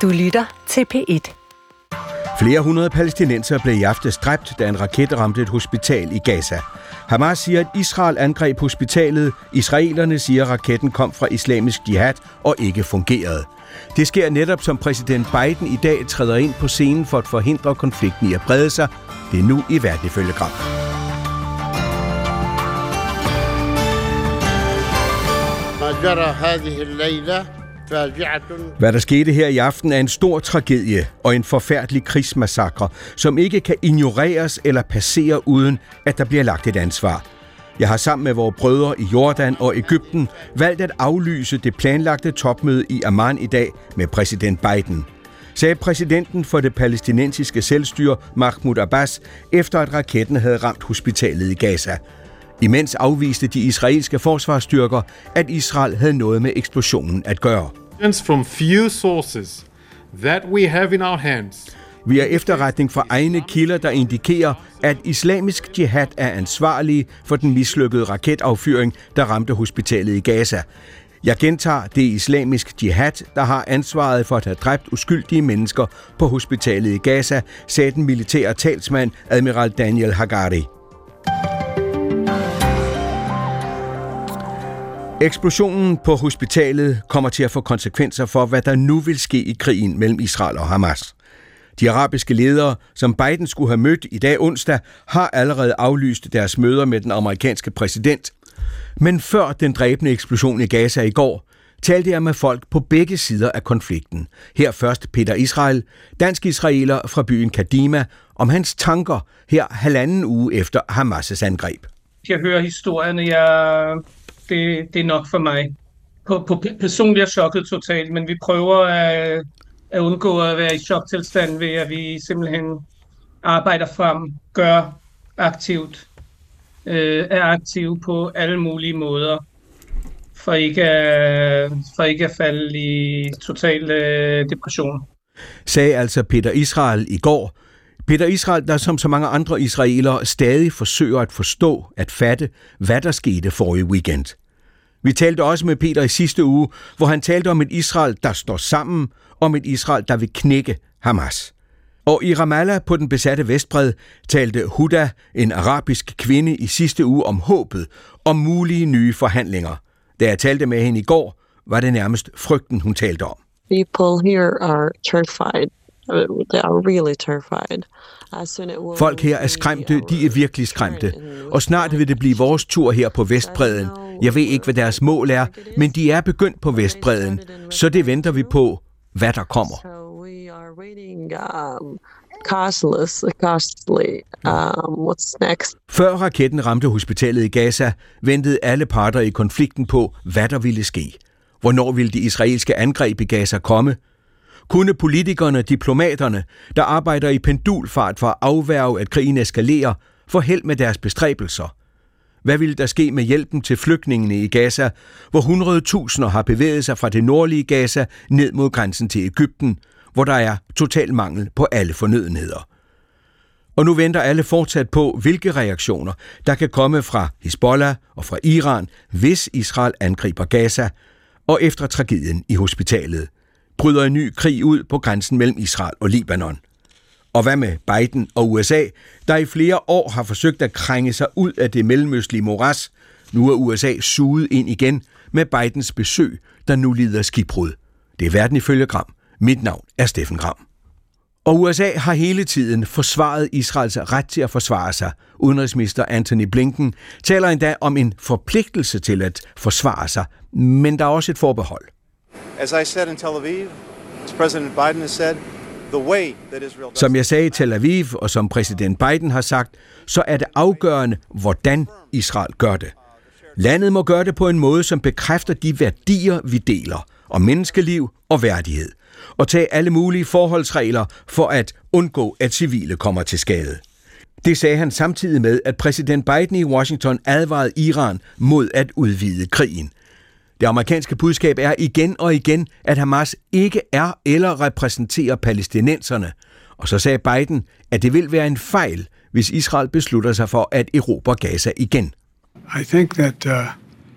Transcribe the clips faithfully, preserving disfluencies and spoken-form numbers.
Du lytter til P et. Flere hundrede palæstinensere blev i aftes dræbt, da en raket ramte et hospital i Gaza. Hamas siger, at Israel angreb hospitalet. Israelerne siger, at raketten kom fra Islamisk Jihad og ikke fungerede. Det sker netop, som præsident Biden i dag træder ind på scenen for at forhindre konflikten i at brede sig. Det er nu i Verden ifølge Gram. Hvad der skete her i aften er en stor tragedie og en forfærdelig krigsmassakre, som ikke kan ignoreres eller passere uden, at der bliver lagt et ansvar. Jeg har sammen med vores brødre i Jordan og Egypten valgt at aflyse det planlagte topmøde i Amman i dag med præsident Biden, sagde præsidenten for det palæstinensiske selvstyre Mahmoud Abbas, efter at raketten havde ramt hospitalet i Gaza. Imens afviste de israelske forsvarsstyrker, at Israel havde noget med eksplosionen at gøre. From few sources that we have in our hands. Vi har efterretning fra egne kilder, der indikerer, at Islamisk Jihad er ansvarlige for den mislykkede raketaffyring, der ramte hospitalet i Gaza. Jeg gentager, det er Islamisk Jihad, der har ansvaret for at have dræbt uskyldige mennesker på hospitalet i Gaza, sagde den militære talsmand, admiral Daniel Hagari. Eksplosionen på hospitalet kommer til at få konsekvenser for, hvad der nu vil ske i krigen mellem Israel og Hamas. De arabiske ledere, som Biden skulle have mødt i dag onsdag, har allerede aflyst deres møder med den amerikanske præsident. Men før den dræbende eksplosion i Gaza i går, talte jeg med folk på begge sider af konflikten. Her først Peter Israel, dansk-israeler fra byen Kadima, om hans tanker her halvanden uge efter Hamas' angreb. Jeg hører historierne, jeg... Det, det er nok for mig. På, på personligt er chokket totalt, men vi prøver at, at undgå at være i choktilstand ved, at vi simpelthen arbejder frem, gør aktivt, øh, er aktive på alle mulige måder, for ikke at, for ikke at falde i total øh, depression. Sagde altså Peter Israel i går. Peter Israel, der som så mange andre israelere stadig forsøger at forstå, at fatte, hvad der skete forrige weekend. Vi talte også med Peter i sidste uge, hvor han talte om et Israel, der står sammen, om et Israel, der vil knække Hamas. Og i Ramallah på den besatte Vestbred talte Huda, en arabisk kvinde, i sidste uge om håbet, om mulige nye forhandlinger. Da jeg talte med hende i går, var det nærmest frygten, hun talte om. People here are terrified. They are really terrified. Folk her er skræmte, de er virkelig skræmte. Og snart vil det blive vores tur her på Vestbredden. Jeg ved ikke, hvad deres mål er, men de er begyndt på Vestbredden, så det venter vi på, hvad der kommer. Før raketten ramte hospitalet i Gaza, ventede alle parter i konflikten på, hvad der ville ske. Hvornår ville de israelske angreb i Gaza komme? Kunne politikerne, diplomaterne, der arbejder i pendulfart for at afværge, at krigen eskalerer, få held med deres bestræbelser? Hvad ville der ske med hjælpen til flygtningene i Gaza, hvor hundrede tusinder har bevæget sig fra det nordlige Gaza ned mod grænsen til Egypten, hvor der er total mangel på alle fornødenheder? Og nu venter alle fortsat på, hvilke reaktioner der kan komme fra Hizbollah og fra Iran, hvis Israel angriber Gaza, og efter tragedien i hospitalet bryder en ny krig ud på grænsen mellem Israel og Libanon. Og hvad med Biden og U S A, der i flere år har forsøgt at krænge sig ud af det mellemøstlige moras? Nu er U S A suget ind igen med Bidens besøg, der nu lider skibbrud. Det er Verden ifølge Gram. Mit navn er Steffen Gram. Og U S A har hele tiden forsvaret Israels ret til at forsvare sig. Udenrigsminister Antony Blinken taler endda om en forpligtelse til at forsvare sig, men der er også et forbehold. As I said in Tel Aviv, as President Biden has said, the way that Israel does... Som jeg sagde i Tel Aviv, og som præsident Biden har sagt, så er det afgørende, hvordan Israel gør det. Landet må gøre det på en måde, som bekræfter de værdier, vi deler, om menneskeliv og værdighed, og tage alle mulige forholdsregler for at undgå, at civile kommer til skade. Det sagde han samtidig med, at præsident Biden i Washington advarede Iran mod at udvide krigen. Det amerikanske budskab er igen og igen, at Hamas ikke er eller repræsenterer palæstinenserne. Og så sagde Biden, at det vil være en fejl, hvis Israel beslutter sig for at erobre Gaza igen. I think that uh,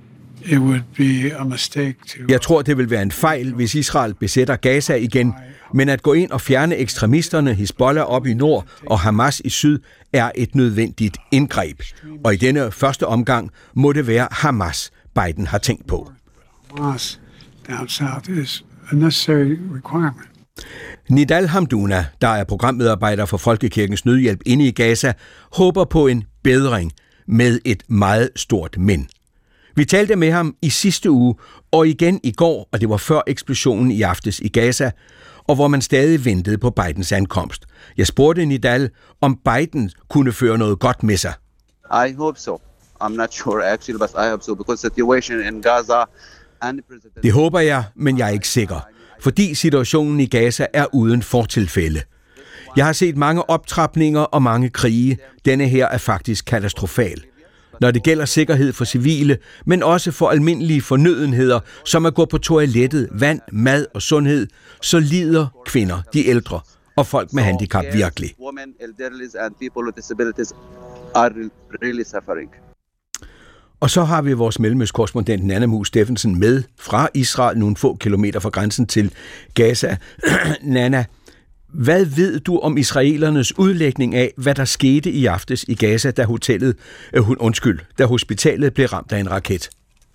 it would be a mistake to... Jeg tror, det vil være en fejl, hvis Israel besætter Gaza igen, men at gå ind og fjerne ekstremisterne Hizbollah op i nord og Hamas i syd er et nødvendigt indgreb. Og i denne første omgang må det være Hamas, Biden har tænkt på. Hamas down south is a necessary requirement. Nidal Hamduna, der er programmedarbejder for Folkekirkens Nødhjælp inde i Gaza, håber på en bedring med et meget stort men. Vi talte med ham i sidste uge, og igen i går, og det var før eksplosionen i aftes i Gaza, og hvor man stadig ventede på Bidens ankomst. Jeg spurgte Nidal, om Biden kunne føre noget godt med sig. I hope so. I'm not sure actually, but I hope so, because the situation in Gaza and President... Det håber jeg, men jeg er ikke sikker, fordi situationen i Gaza er uden fortilfælde. Jeg har set mange optrapninger og mange krige. Denne her er faktisk katastrofal. Når det gælder sikkerhed for civile, men også for almindelige fornødenheder, som at gå på toilettet, vand, mad og sundhed, så lider kvinder, de ældre og folk med handicap virkelig. Women, elderly and people with disabilities are really suffering. Og så har vi vores mellemøstkorrespondent Nanna Mus Steffensen med fra Israel, nogle få kilometer fra grænsen til Gaza. Nanna, hvad ved du om israelernes udlægning af, hvad der skete i aftes i Gaza, da hotellet, øh, undskyld, da hospitalet blev ramt af en raket?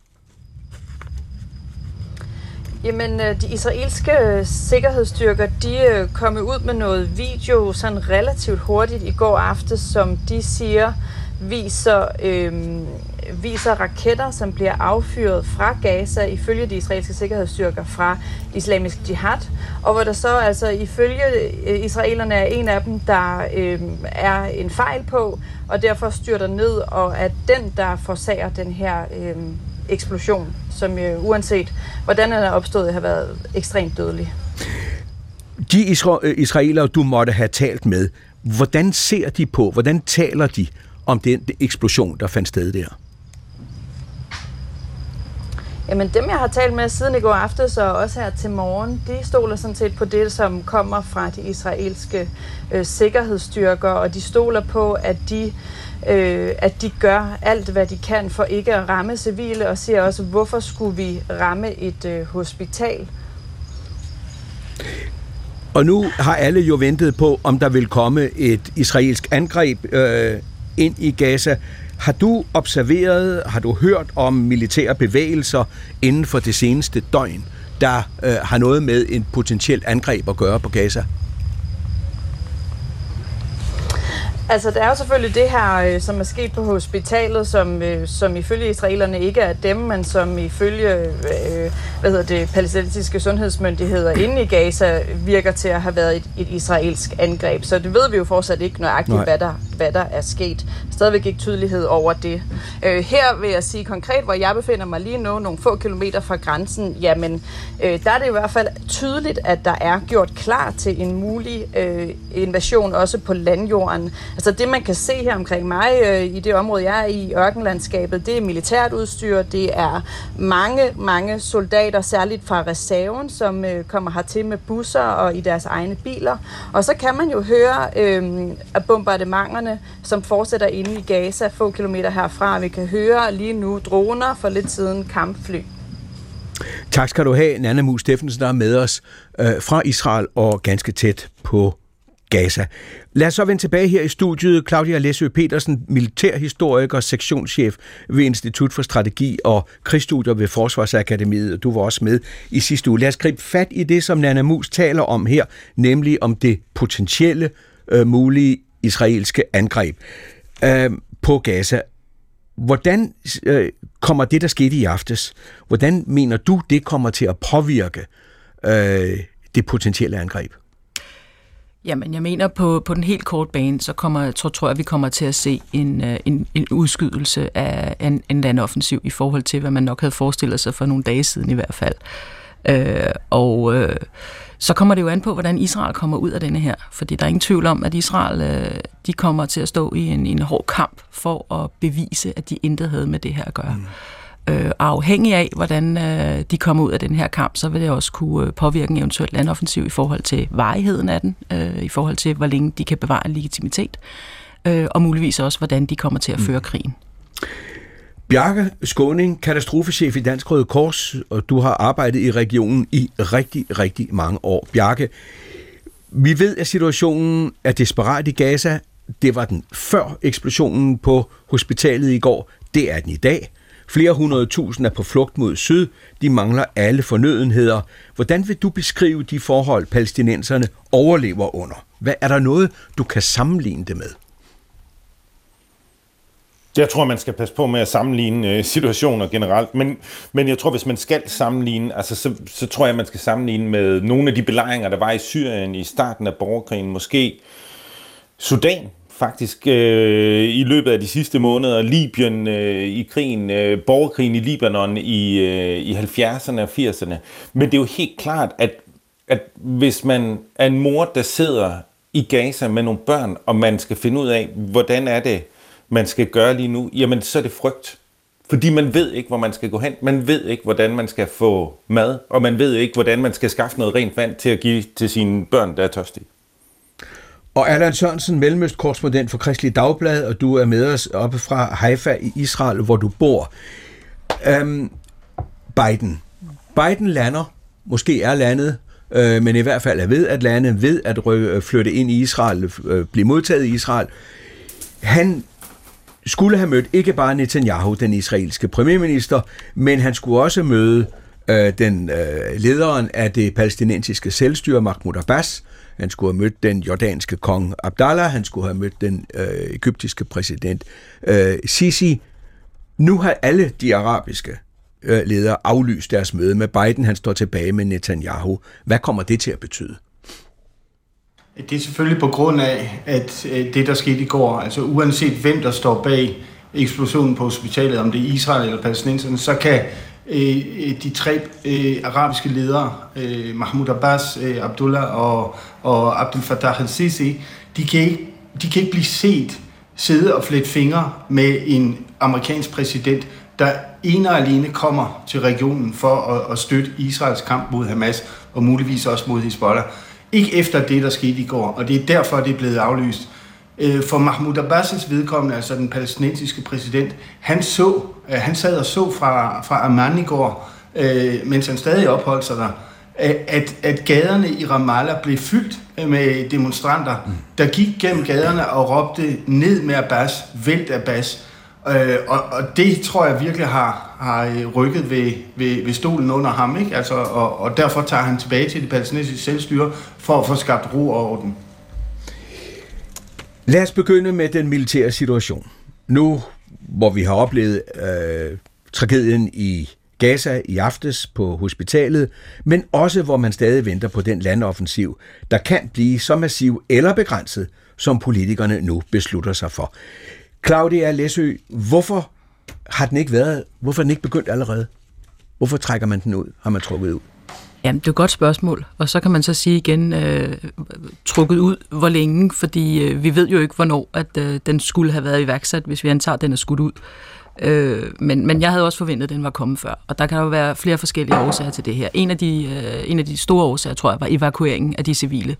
Jamen, de israelske sikkerhedsstyrker, de kom ud med noget video sådan relativt hurtigt i går aftes, som de siger viser, øh, viser raketter, som bliver affyret fra Gaza ifølge de israelske sikkerhedsstyrker fra Islamisk Jihad, og hvor der så altså ifølge israelerne er en af dem, der øh, er en fejl på, og derfor styrter ned, og at den, der forsager den her øh, eksplosion, som jo uanset hvordan den er opstået, har været ekstremt dødelig. De isra- israelere, du måtte have talt med, hvordan ser de på, hvordan taler de om den eksplosion, der fandt sted der? Jamen dem, jeg har talt med siden i går aftes og også her til morgen, de stoler sådan set på det, som kommer fra de israelske øh, sikkerhedsstyrker, og de stoler på, at de, øh, at de gør alt, hvad de kan for ikke at ramme civile, og siger også, hvorfor skulle vi ramme et øh, hospital? Og nu har alle jo ventet på, om der vil komme et israelsk angreb øh, ind i Gaza. Har du observeret, har du hørt om militære bevægelser inden for det seneste døgn, der øh, har noget med en potentielt angreb at gøre på Gaza? Altså, der er jo selvfølgelig det her, som er sket på hospitalet, som, som ifølge israelerne ikke er dem, men som ifølge øh, hvad hedder det, palæstinensiske sundhedsmyndigheder inde i Gaza virker til at have været et, et israelsk angreb. Så det ved vi jo fortsat ikke nøjagtigt, hvad der, hvad der er sket. Stadigvæk ikke tydelighed over det. Øh, her vil jeg sige konkret, hvor jeg befinder mig lige nu, nogle få kilometer fra grænsen, jamen, øh, der er det i hvert fald tydeligt, at der er gjort klar til en mulig øh, invasion også på landjorden. Altså det, man kan se her omkring mig øh, i det område, jeg er i, ørkenlandskabet, det er militært udstyr, det er mange, mange soldater, særligt fra reserven, som øh, kommer hertil med busser og i deres egne biler. Og så kan man jo høre øh, bombardementerne, som fortsætter inde i Gaza, få kilometer herfra. Vi kan høre lige nu droner, for lidt siden kampfly. Tak skal du have, Nanna Mus Steffensen, der er med os øh, fra Israel og ganske tæt på Gaza. Lad os så vende tilbage her i studiet. Claudia Læsø Petersen, militærhistoriker, sektionschef ved Institut for Strategi og Krigsstudier ved Forsvarsakademiet. Du var også med i sidste uge. Lad os gribe fat i det, som Nanna Mus taler om her, nemlig om det potentielle øh, mulige israelske angreb øh, på Gaza. Hvordan øh, kommer det, der skete i aftes, hvordan mener du, det kommer til at påvirke øh, det potentielle angreb? Jamen, jeg mener, på, på den helt korte bane, så kommer, tror, tror jeg, vi kommer til at se en, en, en udskydelse af en, en landoffensiv i forhold til, hvad man nok havde forestillet sig for nogle dage siden i hvert fald. Øh, og øh, så kommer det jo an på, hvordan Israel kommer ud af denne her. Fordi der er ingen tvivl om, at Israel øh, de kommer til at stå i en, en hård kamp for at bevise, at de intet havde med det her at gøre. Mm. Øh, afhængig af, hvordan øh, de kommer ud af den her kamp, så vil det også kunne påvirke en eventuel landoffensiv i forhold til varigheden af den, øh, i forhold til, hvor længe de kan bevare legitimitet, øh, og muligvis også, hvordan de kommer til at føre krigen. Bjarke Skåning, katastrofechef i Dansk Røde Kors, og du har arbejdet i regionen i rigtig, rigtig mange år. Bjarke, vi ved, at situationen er desperat i Gaza. Det var den før eksplosionen på hospitalet i går. Det er den i dag. Flere hundrede tusind er på flugt mod syd. De mangler alle fornødenheder. Hvordan vil du beskrive de forhold, palæstinenserne overlever under? Hvad er der noget, du kan sammenligne det med? Jeg tror, man skal passe på med at sammenligne situationer generelt, men, men jeg tror, hvis man skal sammenligne, altså, så, så tror jeg, man skal sammenligne med nogle af de belejringer, der var i Syrien i starten af borgerkrigen, måske Sudan faktisk øh, i løbet af de sidste måneder, Libyen øh, i krigen, øh, borgerkrigen i Libanon i, øh, i halvfjerdserne og firserne. Men det er jo helt klart, at, at hvis man er en mor, der sidder i Gaza med nogle børn, og man skal finde ud af, hvordan er det, man skal gøre lige nu, jamen så er det frygt. Fordi man ved ikke, hvor man skal gå hen. Man ved ikke, hvordan man skal få mad, og man ved ikke, hvordan man skal skaffe noget rent vand til at give til sine børn, der er tørstige. Og Allan Sørensen, mellemøstkorrespondent for Kristeligt Dagblad, og du er med os oppe fra Haifa i Israel, hvor du bor. Um, Biden. Biden lander, måske er landet, øh, men i hvert fald er ved at lande, ved at rykke, flytte ind i Israel, øh, blive modtaget i Israel. Han skulle have mødt ikke bare Netanyahu, den israelske premierminister, men han skulle også møde øh, den øh, lederen af det palæstinensiske selvstyre, Mahmoud Abbas. Han skulle have mødt den jordanske kong Abdallah. Han skulle have mødt den øh, egyptiske præsident øh, Sisi. Nu har alle de arabiske øh, ledere aflyst deres møde med Biden. Han står tilbage med Netanyahu. Hvad kommer det til at betyde? Det er selvfølgelig på grund af, at det, der skete i går, altså uanset hvem, der står bag eksplosionen på hospitalet, om det er Israel eller palæstinenserne, så kan øh, de tre øh, arabiske ledere, øh, Mahmoud Abbas, øh, Abdullah og, og Abdel Fattah al-Sisi, de kan, ikke, de kan ikke blive set sidde og flette fingre med en amerikansk præsident, der ene og alene kommer til regionen for at, at støtte Israels kamp mod Hamas og muligvis også mod Hezbollah. Ikke efter det, der skete i går, og det er derfor, det er blevet aflyst. For Mahmoud Abbas' vedkommende, altså den palæstinensiske præsident, han så, han sad og så fra, fra Amman i går, mens han stadig opholdt sig der, at, at gaderne i Ramallah blev fyldt med demonstranter, der gik gennem gaderne og råbte ned med Abbas, vælt Abbas. Og, og det tror jeg virkelig har, har rykket ved, ved, ved stolen under ham, ikke? Altså, og, og derfor tager han tilbage til det palæstinensiske selvstyre for at få skabt ro og orden. Lad os begynde med den militære situation. Nu, hvor vi har oplevet øh, tragedien i Gaza i aftes på hospitalet, men også hvor man stadig venter på den landoffensiv, der kan blive så massiv eller begrænset, som politikerne nu beslutter sig for. Claudia Læsø, hvorfor har den ikke været, hvorfor er den ikke begyndt allerede? Hvorfor trækker man den ud? Har man trukket ud? Jamen, det er et godt spørgsmål, og så kan man så sige igen, øh, trukket ud, hvor længe, fordi øh, vi ved jo ikke, hvornår at, øh, den skulle have været iværksat, hvis vi antager, at den er skudt ud. Øh, men, men jeg havde også forventet, at den var kommet før, og der kan jo være flere forskellige årsager til det her. En af de, øh, en af de store årsager, tror jeg, var evakueringen af de civile.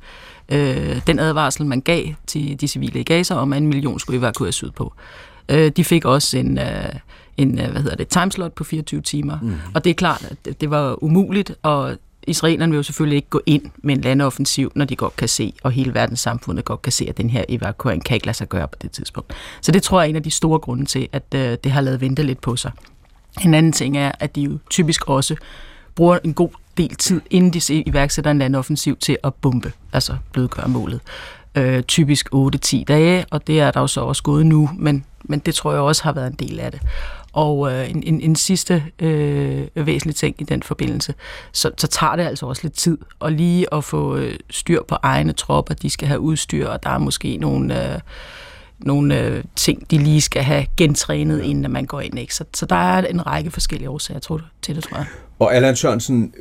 Øh, den advarsel, man gav til de civile i Gaza, om at en million skulle evakueres sydpå. Øh, de fik også en... Øh, en hvad hedder det, timeslot på fireogtyve timer. Mm. Og det er klart, at det var umuligt, og israelerne vil jo selvfølgelig ikke gå ind med en landoffensiv, når de godt kan se, og hele verdenssamfundet godt kan se, at den her evakuering kan ikke lade sig gøre på det tidspunkt. Så det tror jeg er en af de store grunde til, at øh, det har lavet vente lidt på sig. En anden ting er, at de jo typisk også bruger en god del tid, inden de iværksætter en landoffensiv til at bombe, altså blødgøre målet. Øh, typisk otte til ti dage, og det er der jo så også gået nu, men, men det tror jeg også har været en del af det. Og øh, en, en, en sidste øh, væsentlig ting i den forbindelse, så, så tager det altså også lidt tid at lige at få øh, styr på egne tropper, de skal have udstyr, og der er måske nogle, øh, nogle øh, ting, de lige skal have gentrænet, inden man går ind. Ikke? Så, så der er en række forskellige årsager, tror du, til det, tror jeg. Og Allan Sørensen,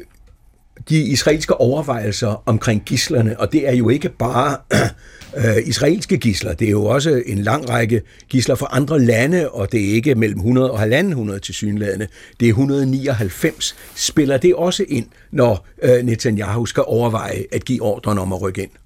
de israelske overvejelser omkring gidslerne, og det er jo ikke bare øh, israelske gidsler, det er jo også en lang række gidsler fra andre lande, og det er ikke mellem hundrede og halvanden hundrede tilsyneladende, det er et hundrede og nioghalvfems. Spiller det også ind, når øh, Netanyahu skal overveje at give ordren om at rykke ind?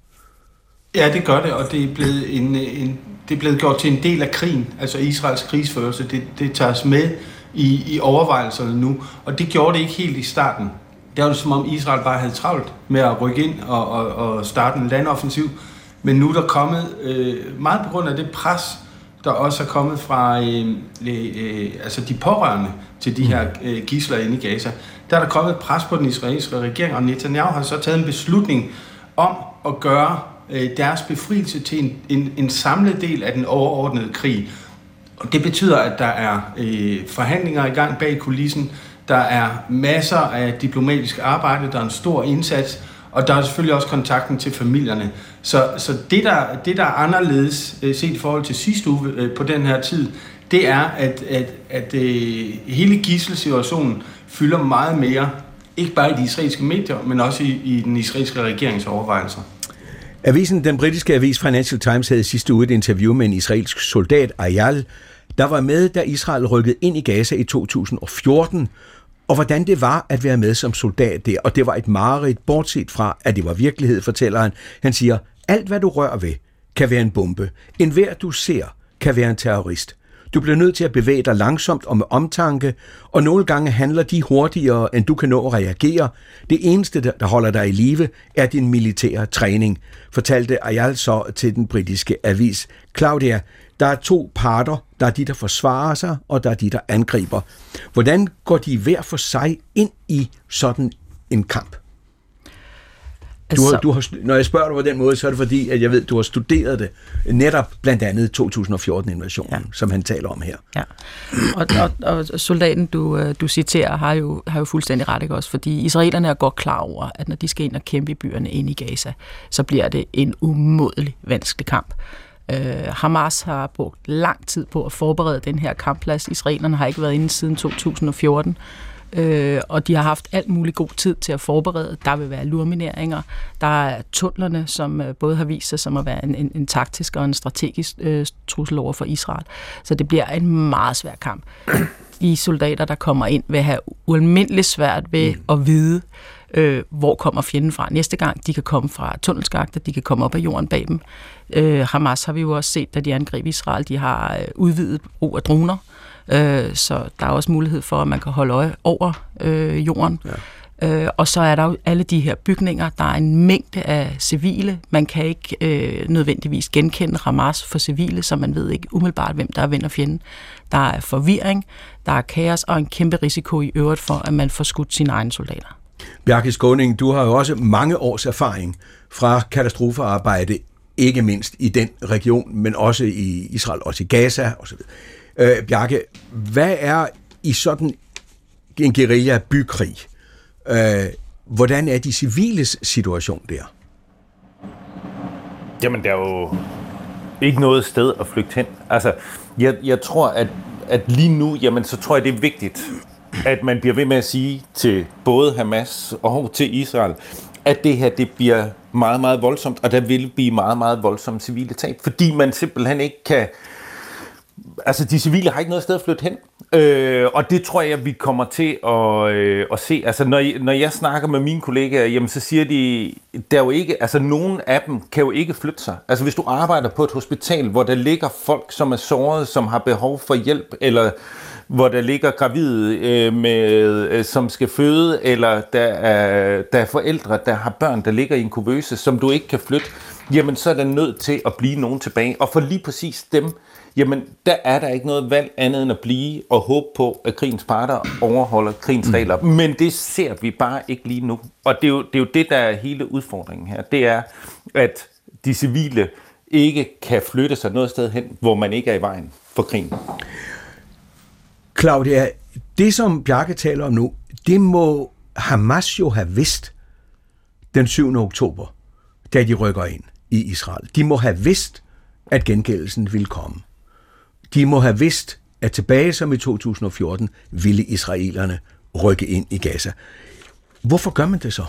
Ja, det gør det, og det er blevet, en, en, det er blevet gjort til en del af krigen, altså Israels krigsførelse. Det, det tages med i, i overvejelserne nu. Og det gjorde det ikke helt i starten. Det var det som om Israel bare havde travlt med at rykke ind og, og, og starte en landoffensiv. Men nu er der kommet, øh, meget på grund af det pres, der også er kommet fra øh, øh, altså de pårørende til de her øh, gidsler inde i Gaza, der er der kommet pres på den israelske regering, og Netanyahu har så taget en beslutning om at gøre øh, deres befrielse til en, en, en samlet del af den overordnede krig. Og det betyder, at der er øh, forhandlinger i gang bag kulissen, der er masser af diplomatisk arbejde, der er en stor indsats, og der er selvfølgelig også kontakten til familierne. Så, så det, der, det, der er anderledes øh, set i forhold til sidste uge øh, på den her tid, det er, at, at, at øh, hele gidselsituationen fylder meget mere, ikke bare i de israelske medier, men også i, i den israelske regerings overvejelser. Avisen, den britiske avis Financial Times, havde sidste uge et interview med en israelsk soldat, Ayal, der var med, da Israel rykkede ind i Gaza i to tusind og fjorten, og hvordan det var at være med som soldat der. Og det var et mareridt, bortset fra, at det var virkelighed, fortæller han. Han siger, alt hvad du rører ved, kan være en bombe. Enhver du ser, kan være en terrorist. Du bliver nødt til at bevæge dig langsomt og med omtanke, og nogle gange handler de hurtigere, end du kan nå at reagere. Det eneste, der holder dig i live, er din militære træning, fortalte Ayal så til den britiske avis. Claudia, der er to parter. Der er de, der forsvarer sig, og der er de, der angriber. Hvordan går de hver for sig ind i sådan en kamp? Du har, du har, når jeg spørger dig på den måde, så er det fordi, at jeg ved, at du har studeret det netop blandt andet to tusind og fjorten-invasionen, ja. Som han taler om her. Ja, og, og, og soldaten, du, du citerer, har jo, har jo fuldstændig ret, ikke også? Fordi israelerne er godt klar over, at når de skal ind og kæmpe i byerne inde i Gaza, så bliver det en umådelig vanskelig kamp. Uh, Hamas har brugt lang tid på at forberede den her kampplads. Israelerne har ikke været inde siden to tusind og fjorten. Øh, og de har haft alt muligt god tid til at forberede. Der vil være lurmineringer. Der er tunnelerne, som øh, både har vist sig som at være en, en, en taktisk og en strategisk øh, trussel over for Israel. Så det bliver en meget svær kamp. De soldater, der kommer ind, vil have ualmindeligt svært ved at vide, øh, hvor kommer fjenden fra næste gang. De kan komme fra tunnelskakter, de kan komme op af jorden bag dem. Øh, Hamas har vi jo også set, da de angreb Israel. De har øh, udvidet brug af droner. Så der er også mulighed for, at man kan holde øje over øh, jorden. Ja. Øh, og så er der jo alle de her bygninger. Der er en mængde af civile. Man kan ikke øh, nødvendigvis genkende Hamas for civile, så man ved ikke umiddelbart, hvem der er ven og fjende. Der er forvirring, der er kaos og en kæmpe risiko i øvrigt for, at man får skudt sine egne soldater. Bjarke Skaaning, du har jo også mange års erfaring fra katastrofearbejde, ikke mindst i den region, men også i Israel, også i Gaza osv. Øh, Bjarke, hvad er i sådan en guerilla-bykrig? Øh, hvordan er de civiles situation der? Jamen, der er jo ikke noget sted at flygte hen. Altså, jeg, jeg tror, at, at lige nu, jamen, så tror jeg, det er vigtigt, at man bliver ved med at sige til både Hamas og til Israel, at det her, det bliver meget, meget voldsomt, og der vil blive meget, meget voldsomme civile tab, fordi man simpelthen ikke kan. Altså, de civile har ikke noget sted at flytte hen, øh, og det tror jeg, vi kommer til at, øh, at se. Altså, når jeg, når jeg snakker med mine kollegaer, jamen, så siger de, der er jo ikke, altså, nogen af dem kan jo ikke flytte sig. Altså, hvis du arbejder på et hospital, hvor der ligger folk, som er såret, som har behov for hjælp, eller hvor der ligger gravide, øh, med, øh, som skal føde, eller der er, der er forældre, der har børn, der ligger i en kuvøse, som du ikke kan flytte, jamen, så er der nødt til at blive nogen tilbage. Og for lige præcis dem, jamen, der er der ikke noget valg andet end at blive og håbe på, at krigens parter overholder krigens regler. Mm. Men det ser vi bare ikke lige nu. Og det er, jo, det er jo det, der er hele udfordringen her. Det er, at de civile ikke kan flytte sig noget sted hen, hvor man ikke er i vejen for krigen. Claudia, det som Bjarke taler om nu, det må Hamas jo have vidst den syvende oktober, da de rykker ind i Israel. De må have vidst, at gengældelsen ville komme. De må have vidst, at tilbage som i to tusind og fjorten, ville israelerne rykke ind i Gaza. Hvorfor gør man det så?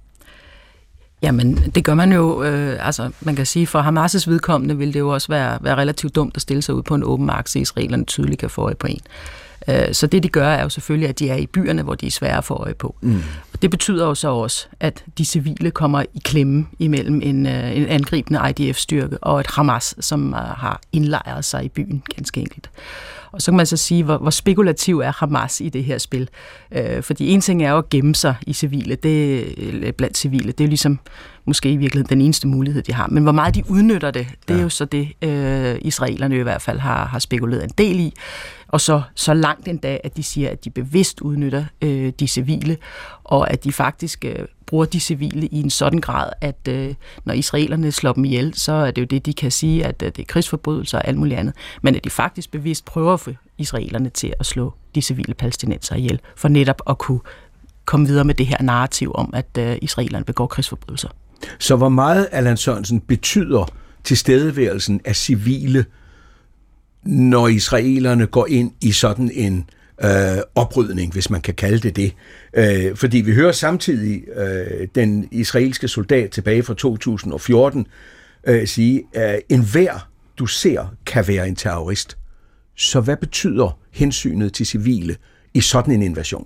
Jamen, det gør man jo, øh, altså man kan sige, for Hamas' vedkommende vil det jo også være, være relativt dumt at stille sig ud på en åben mark, så israelerne tydeligt kan få øje på en. Øh, så det de gør er jo selvfølgelig, at de er i byerne, hvor de er svære at få øje på. Mm. Det betyder jo så også, at de civile kommer i klemme imellem en, en angribende I D F-styrke og et Hamas, som har indlejret sig i byen, ganske enkelt. Og så kan man så sige, hvor, hvor spekulativ er Hamas i det her spil. Øh, fordi en ting er jo at gemme sig i civile, det, blandt civile. Det er jo ligesom måske i virkeligheden den eneste mulighed, de har. Men hvor meget de udnytter det, det er ja. jo så det, øh, israelerne i hvert fald har, har spekuleret en del i. Og så, så langt endda, at de siger, at de bevidst udnytter øh, de civile, og at de faktisk øh, bruger de civile i en sådan grad, at øh, når israelerne slår dem ihjel, så er det jo det, de kan sige, at øh, det er krigsforbrydelser og alt muligt andet. Men at de faktisk bevidst prøver at få israelerne til at slå de civile palæstinenser ihjel, for netop at kunne komme videre med det her narrativ om, at øh, israelerne begår krigsforbrydelser. Så hvor meget, Allan Sørensen, betyder tilstedeværelsen af civile, når israelerne går ind i sådan en øh, oprydning, hvis man kan kalde det det? Øh, fordi vi hører samtidig øh, den israelske soldat tilbage fra to tusind og fjorten øh, sige, at enhver du ser kan være en terrorist. Så hvad betyder hensynet til civile i sådan en invasion?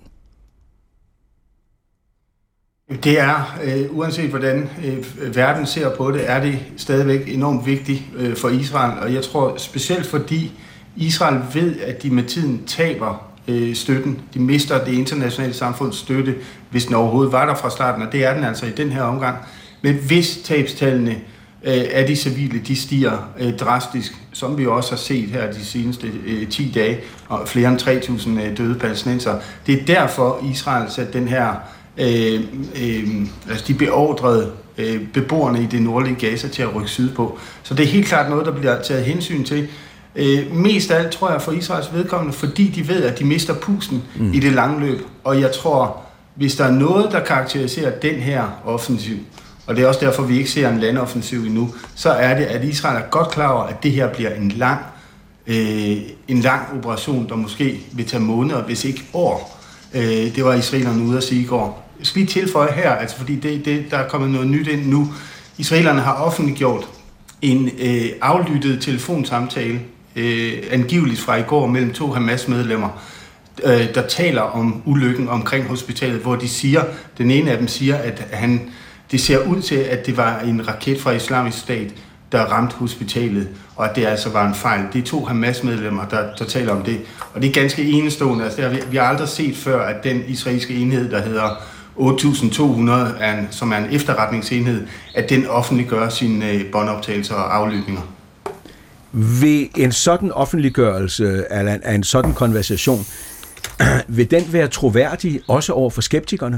Det er, øh, uanset hvordan øh, verden ser på det, er det stadigvæk enormt vigtigt øh, for Israel. Og jeg tror specielt fordi Israel ved, at de med tiden taber øh, støtten. De mister det internationale samfunds støtte, hvis den overhovedet var der fra starten. Og det er den altså i den her omgang. Men hvis tabstallene øh, af de civile, de stiger øh, drastisk, som vi også har set her de seneste øh, ti dage, og flere end tre tusind øh, døde palæstinenser. Det er derfor Israel satte den her Øh, øh, altså de beordrede øh, beboerne i det nordlige Gaza til at rykke sydpå. Så det er helt klart noget, der bliver taget hensyn til. Øh, mest af alt tror jeg for Israels vedkommende, fordi de ved, at de mister pusten mm. i det lange løb. Og jeg tror, hvis der er noget, der karakteriserer den her offensiv, og det er også derfor, vi ikke ser en landoffensiv endnu, så er det, at Israel er godt klar over, at det her bliver en lang, øh, en lang operation, der måske vil tage måneder, hvis ikke år. Det var israelerne ude at sige i går. Jeg skal lige tilføje her, altså fordi det, det, der er kommet noget nyt ind nu. Israelerne har offentliggjort en øh, aflyttet telefonsamtale, øh, angiveligt fra i går, mellem to Hamas-medlemmer, øh, der taler om ulykken omkring hospitalet, hvor de siger, den ene af dem siger, at han, det ser ud til, at det var en raket fra Islamisk Stat, der ramte hospitalet, og at det altså var en fejl. Det er to Hamas-medlemmer, der, der taler om det. Og det er ganske enestående. Altså, det har vi, vi har aldrig set før, at den israelske enhed, der hedder otte tusind to hundrede, er en, som er en efterretningsenhed, at den offentliggør sine øh, båndoptagelser og aflytninger. Vil en sådan offentliggørelse af en sådan konversation, vil den være troværdig også over for skeptikerne?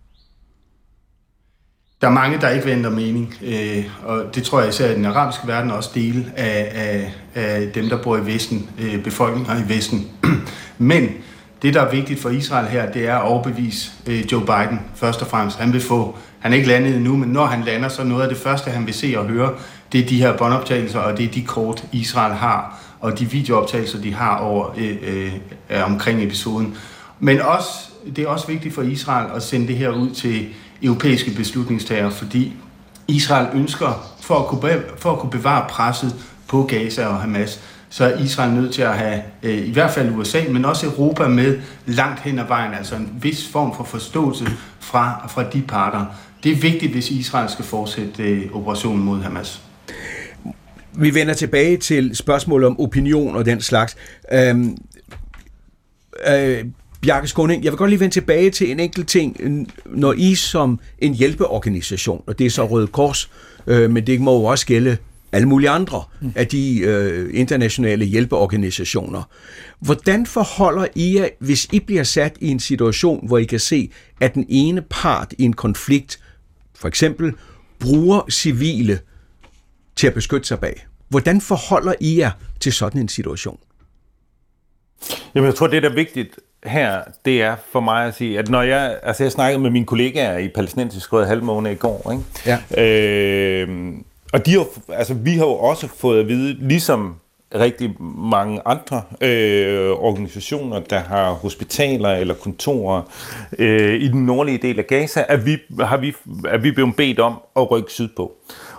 Der er mange, der ikke venter mening, øh, og det tror jeg især i den arabiske verden også dele af, af, af dem, der bor i Vesten, øh, befolkninger i Vesten. Men det, der er vigtigt for Israel her, det er at overbevise øh, Joe Biden først og fremmest. Han vil få, han er ikke landet endnu, men når han lander, så noget af det første, han vil se og høre, det er de her båndoptagelser, og det er de kort, Israel har, og de videooptagelser, de har over øh, øh, omkring episoden. Men også, det er også vigtigt for Israel at sende det her ud til europæiske beslutningstagere, fordi Israel ønsker, for at kunne, for at kunne bevare presset på Gaza og Hamas, så er Israel nødt til at have øh, i hvert fald U S A, men også Europa med langt hen ad vejen, altså en vis form for forståelse fra, fra de parter. Det er vigtigt, hvis Israel skal fortsætte øh, operationen mod Hamas. Vi vender tilbage til spørgsmålet om opinion og den slags. Øhm, øh, Bjarke Skaaning, jeg vil godt lige vende tilbage til en enkelt ting. Når I som en hjælpeorganisation, og det er så Røde Kors, øh, men det må jo også gælde alle mulige andre af de øh, internationale hjælpeorganisationer. Hvordan forholder I jer, hvis I bliver sat i en situation, hvor I kan se, at den ene part i en konflikt, for eksempel, bruger civile til at beskytte sig bag? Hvordan forholder I jer til sådan en situation? Jamen, jeg tror, det der er vigtigt her, det er for mig at sige, at når jeg, altså jeg snakkede med mine kollegaer i Palæstinensisk Røde Halvmåne i går, ikke? Ja. Øh, og de har, altså vi har jo også fået at vide, ligesom rigtig mange andre øh, organisationer, der har hospitaler eller kontorer øh, i den nordlige del af Gaza, at vi har vi, at vi blevet bedt om at rykke sydpå.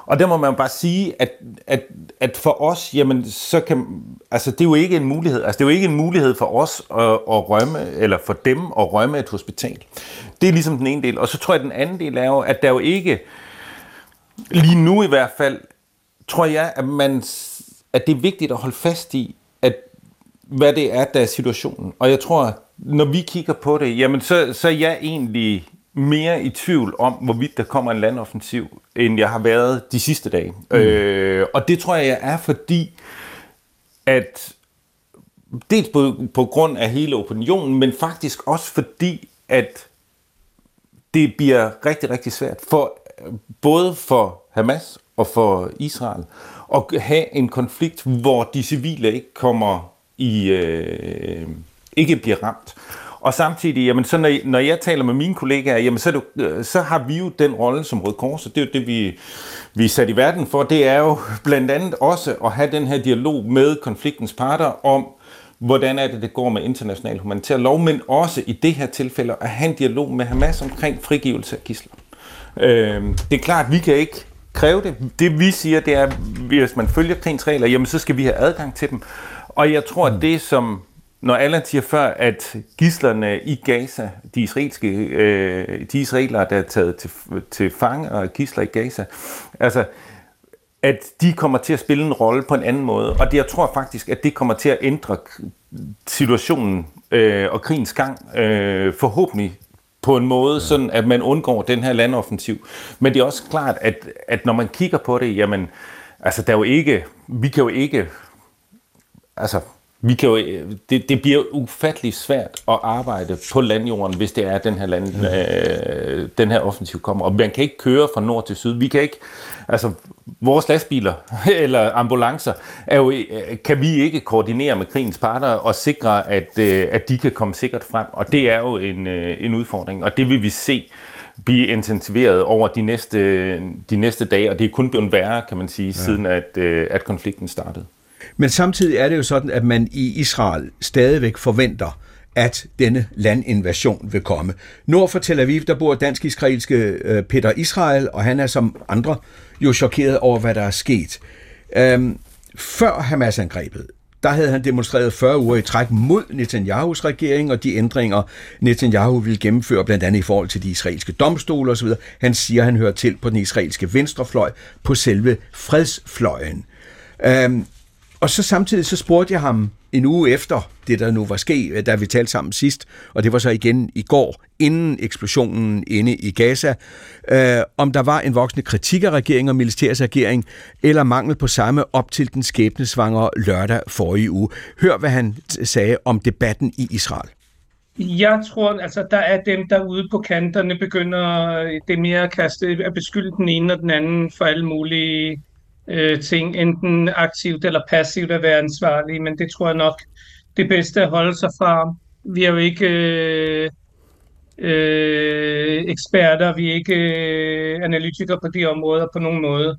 Og der må man bare sige, at, at, at for os, jamen, så kan, altså, det er jo ikke en mulighed. Altså, det er jo ikke en mulighed for os at, at rømme, eller for dem at rømme et hospital. Det er ligesom den ene del. Og så tror jeg, den anden del er jo, at der jo ikke, lige nu i hvert fald, tror jeg, at, man, at det er vigtigt at holde fast i, at hvad det er, der er situationen. Og jeg tror, når vi kigger på det, jamen, så, så er jeg egentlig mere i tvivl om, hvorvidt der kommer en landoffensiv, end jeg har været de sidste dage. Mm. Øh, og det tror jeg, jeg er, fordi at dels på, på grund af hele opinionen, men faktisk også fordi, at det bliver rigtig, rigtig svært for både for Hamas og for Israel at have en konflikt, hvor de civile ikke kommer i, øh, ikke bliver ramt. Og samtidig, jamen, så når, når jeg taler med mine kollegaer, jamen, så, det, så har vi jo den rolle som Røde Kors, og det er jo det, vi, vi er sat i verden for. Det er jo blandt andet også at have den her dialog med konfliktens parter om, hvordan er det, det går med international humanitær lov, men også i det her tilfælde at have en dialog med Hamas omkring frigivelse af gidsler. Øh, det er klart, at vi kan ikke kræve det. Det vi siger, det er, at hvis man følger krigens regler, jamen, så skal vi have adgang til dem. Og jeg tror, at det som når Allan siger før, at gidslerne i Gaza, de israelske, øh, de israelere, der er taget til, til fange og gidsler i Gaza, altså, at de kommer til at spille en rolle på en anden måde. Og det, jeg tror faktisk, at det kommer til at ændre situationen øh, og krigens gang, øh, forhåbentlig på en måde, sådan at man undgår den her landoffensiv. Men det er også klart, at, at når man kigger på det, jamen, altså, der er jo ikke, vi kan jo ikke, altså, Vi kan jo, det, det bliver ufattelig svært at arbejde på landjorden, hvis det er, at den her, land, øh, den her offensiv kommer. Og man kan ikke køre fra nord til syd. Vi kan ikke, altså vores lastbiler eller ambulancer, er jo, kan vi ikke koordinere med krigens parter og sikre, at, at de kan komme sikkert frem. Og det er jo en, en udfordring, og det vil vi se blive intensiveret over de næste, de næste dage. Og det er kun blevet værre, kan man sige, ja. siden at, at konflikten startede. Men samtidig er det jo sådan, at man i Israel stadigvæk forventer, at denne landinvasion vil komme. Nord for Tel Aviv, der bor dansk-israelske Peter Israel, og han er som andre jo chokeret over, hvad der er sket. Øhm, før Hamas-angrebet, der havde han demonstreret fyrre uger i træk mod Netanyahus regering og de ændringer, Netanyahu ville gennemføre, blandt andet i forhold til de israelske domstole osv. Han siger, at han hører til på den israelske venstrefløj, på selve fredsfløjen. Øhm, Og så samtidig så spurgte jeg ham en uge efter det, der nu var sket, da vi talte sammen sidst, og det var så igen i går, inden eksplosionen inde i Gaza, øh, om der var en voksende kritik af regeringen og militærets regering, eller mangel på samme op til den skæbnesvangre lørdag forrige uge. Hør, hvad han sagde om debatten i Israel. Jeg tror, altså, der er dem, der ude på kanterne begynder det mere at kaste, at beskylde den ene og den anden for alle mulige øh, ting, enten aktivt eller passivt at være ansvarlige, men det tror jeg nok det bedste at holde sig fra. Vi er jo ikke øh, øh, eksperter, vi er ikke øh, analytikere på de områder på nogen måde.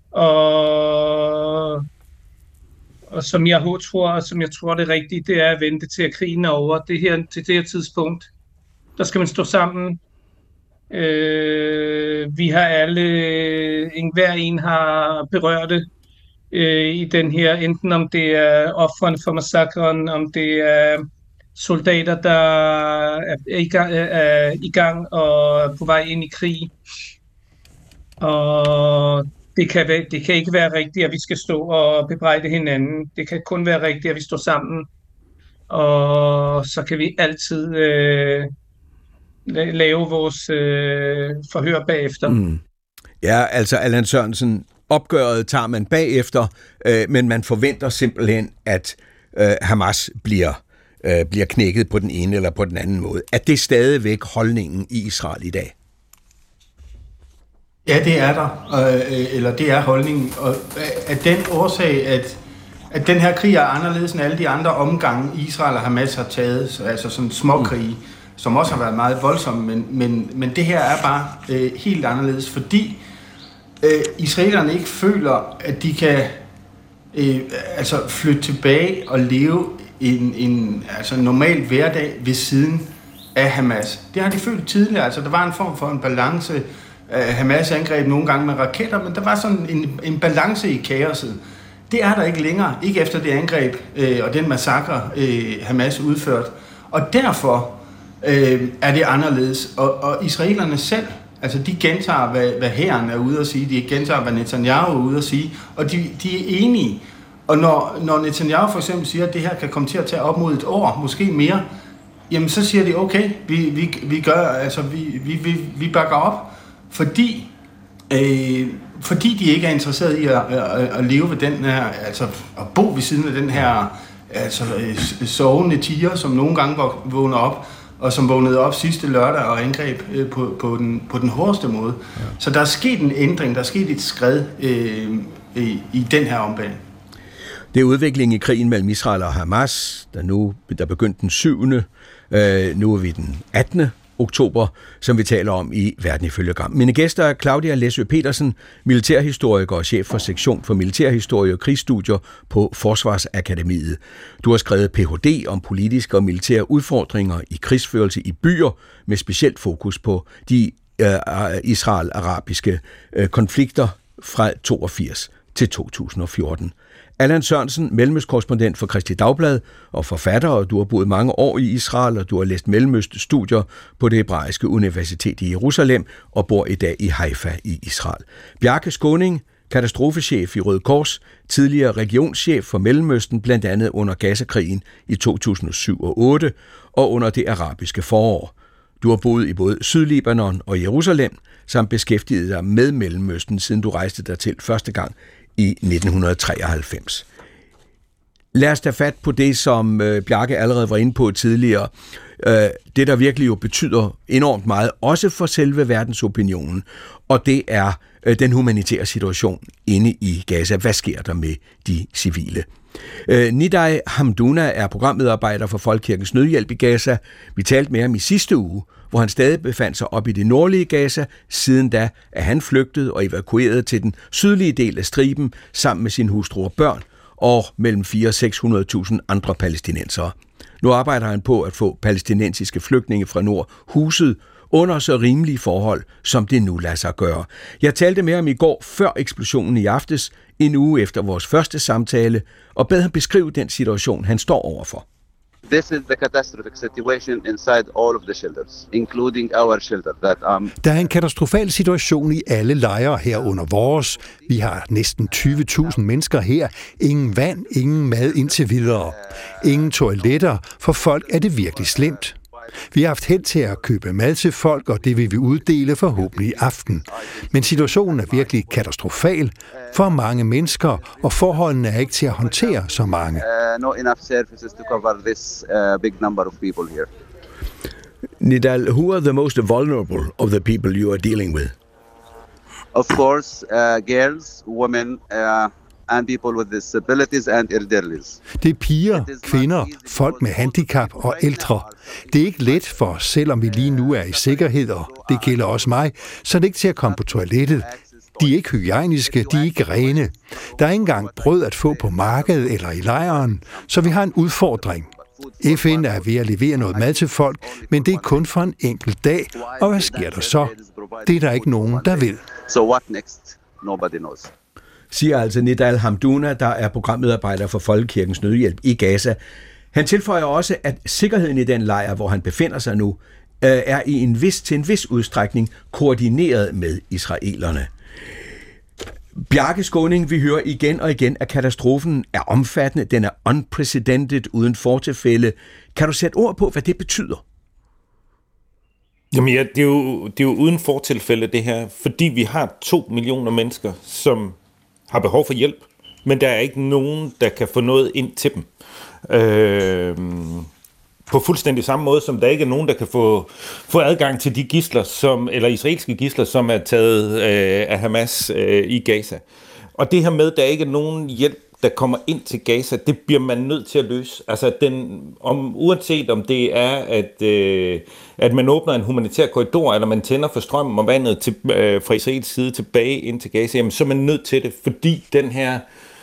Og, og som jeg tror, og som jeg tror det rigtige, det er at vente til at krigen er over. Det her, til det her tidspunkt, der skal man stå sammen. Øh, vi har alle, en, hver en har berørt det øh, i den her, enten om det er ofrene for massakren, om det er soldater, der er i gang, er i gang og er på vej ind i krig. Og det kan, være, det kan ikke være rigtigt, at vi skal stå og bebrejde hinanden. Det kan kun være rigtigt, at vi står sammen. Og så kan vi altid øh, lave vores øh, forhør bagefter. Mm. Ja, altså Allan Sørensen, opgøret tager man bagefter, øh, men man forventer simpelthen, at øh, Hamas bliver, øh, bliver knækket på den ene eller på den anden måde. Er det stadigvæk holdningen i Israel i dag? Ja, det er der, øh, eller det er holdningen. Og af den årsag, at, at den her krig er anderledes end alle de andre omgange, Israel og Hamas har taget, altså sådan småkrige, mm. som også har været meget voldsomme, men, men, men det her er bare øh, helt anderledes, fordi øh, israelerne ikke føler, at de kan øh, altså flytte tilbage og leve en, en altså normal hverdag ved siden af Hamas. Det har de følt tidligere, altså der var en form for en balance Hamas angreb nogle gange med raketter, men der var sådan en, en balance i kaoset. Det er der ikke længere, ikke efter det angreb øh, og den massakre, øh, Hamas udført. Og derfor øh, er det anderledes. Og, og israelerne selv, altså de gentager, hvad, hvad hæren er ude at sige, de gentager, hvad Netanyahu er ude at sige, og de, de er enige. Og når, når Netanyahu for eksempel siger, at det her kan komme til at tage op mod et år, måske mere, jamen så siger de, okay, vi, vi, vi gør, altså vi, vi, vi, vi bakker op, fordi øh, fordi de ikke er interesseret i at, at, at leve ved den her, altså at bo ved siden af den her altså, sovende tiger, som nogle gange vågner op, og som vågnede op sidste lørdag og angreb på, på, den, på den hårdeste måde. Ja. Så der er sket en ændring, der er sket et skred øh, i, i den her ombæring. Det er udviklingen i krigen mellem Israel og Hamas, der nu der begyndte den syvende Øh, nu er vi den attende oktober, som vi taler om i Verden ifølge Gram. Mine gæster er Claudia Læsø Petersen, militærhistoriker og chef for sektion for militærhistorie og krigsstudier på Forsvarsakademiet. Du har skrevet P H D om politiske og militære udfordringer i krigsførelse i byer, med specielt fokus på de øh, israel-arabiske øh, konflikter fra toogfirs til to tusind og fjorten. Allan Sørensen, mellemøstkorrespondent for Kristeligt Dagblad og forfatter, og du har boet mange år i Israel, og du har læst mellemøststudier på det hebraiske universitet i Jerusalem og bor i dag i Haifa i Israel. Bjarke Skaaning, katastrofechef i Røde Kors, tidligere regionschef for Mellemøsten, blandt andet under Gaza-krigen i to tusind og syv og otte og under det arabiske forår. Du har boet i både Sydlibanon og Jerusalem, samt beskæftiget dig med Mellemøsten, siden du rejste dertil første gang i nitten treoghalvfems. Lad os tage fat på det, som øh, Bjarke allerede var inde på tidligere. Øh, det, der virkelig jo betyder enormt meget, også for selve verdensopinionen, og det er øh, den humanitære situation inde i Gaza. Hvad sker der med de civile? Øh, Nidai Hamdouna er programmedarbejder for Folkekirkens Nødhjælp i Gaza. Vi talte med ham i sidste uge, hvor han stadig befandt sig op i det nordlige Gaza. Siden da er han flygtet og evakueret til den sydlige del af striben sammen med sin hustru og børn og mellem fire hundrede og seks hundrede tusind andre palæstinensere. Nu arbejder han på at få palæstinensiske flygtninge fra nord huset under så rimelige forhold, som det nu lader sig gøre. Jeg talte med ham i går før eksplosionen i aftes, en uge efter vores første samtale, og bad ham beskrive den situation, han står overfor. This is the catastrophic situation inside all of the shelters, including our shelter. That, um... Der er en katastrofal situation i alle lejre herunder vores. Vi har næsten tyve tusind mennesker her. Ingen vand, ingen mad indtil videre. Ingen toiletter. For folk er det virkelig slemt. Vi har haft held til at købe mad til folk, og det vil vi uddele forhåbentlig i aften. Men situationen er virkelig katastrofal for mange mennesker, og forholdene er ikke til at håndtere så mange. Uh, no enough services to cover this uh, big number of people here. Nidal, who are the most vulnerable of the people you are dealing with? Of course, uh, girls, women, uh, and people with disabilities and elderlies. Det er piger, kvinder, folk med handicap og ældre. Det er ikke let, for selvom vi lige nu er i sikkerhed, og det gælder også mig, så er det ikke til at komme på toilettet. De er ikke hygiejniske, de er ikke rene. Der er ikke engang brød at få på markedet eller i lejren, så vi har en udfordring. F N er ved at levere noget mad til folk, men det er kun for en enkelt dag. Og hvad sker der så? Det er der ikke nogen, der ved. So what next? Nobody knows. Siger altså Nidal Hamdouna, der er programmedarbejder for Folkekirkens Nødhjælp i Gaza. Han tilføjer også, at sikkerheden i den lejr, hvor han befinder sig nu, er i en vis, til en vis udstrækning koordineret med israelerne. Bjarke Skaaning, vi hører igen og igen, at katastrofen er omfattende, den er unprecedented, uden fortilfælde. Kan du sætte ord på, hvad det betyder? Jamen ja, det er jo, det er jo uden fortilfælde det her, fordi vi har to millioner mennesker, som har behov for hjælp, men der er ikke nogen, der kan få noget ind til dem. Øh, på fuldstændig samme måde, som der ikke er nogen, der kan få, få adgang til de gidsler, som, eller israelske gidsler, som er taget øh, af Hamas øh, i Gaza. Og det her med, at der ikke er nogen hjælp, der kommer ind til Gaza, det bliver man nødt til at løse. Altså, den, om, uanset om det er, at, øh, at man åbner en humanitær korridor, eller man tænder for strømmen og vandet til, øh, fra Israels side tilbage ind til Gaza, jamen, så er man nødt til det, fordi den her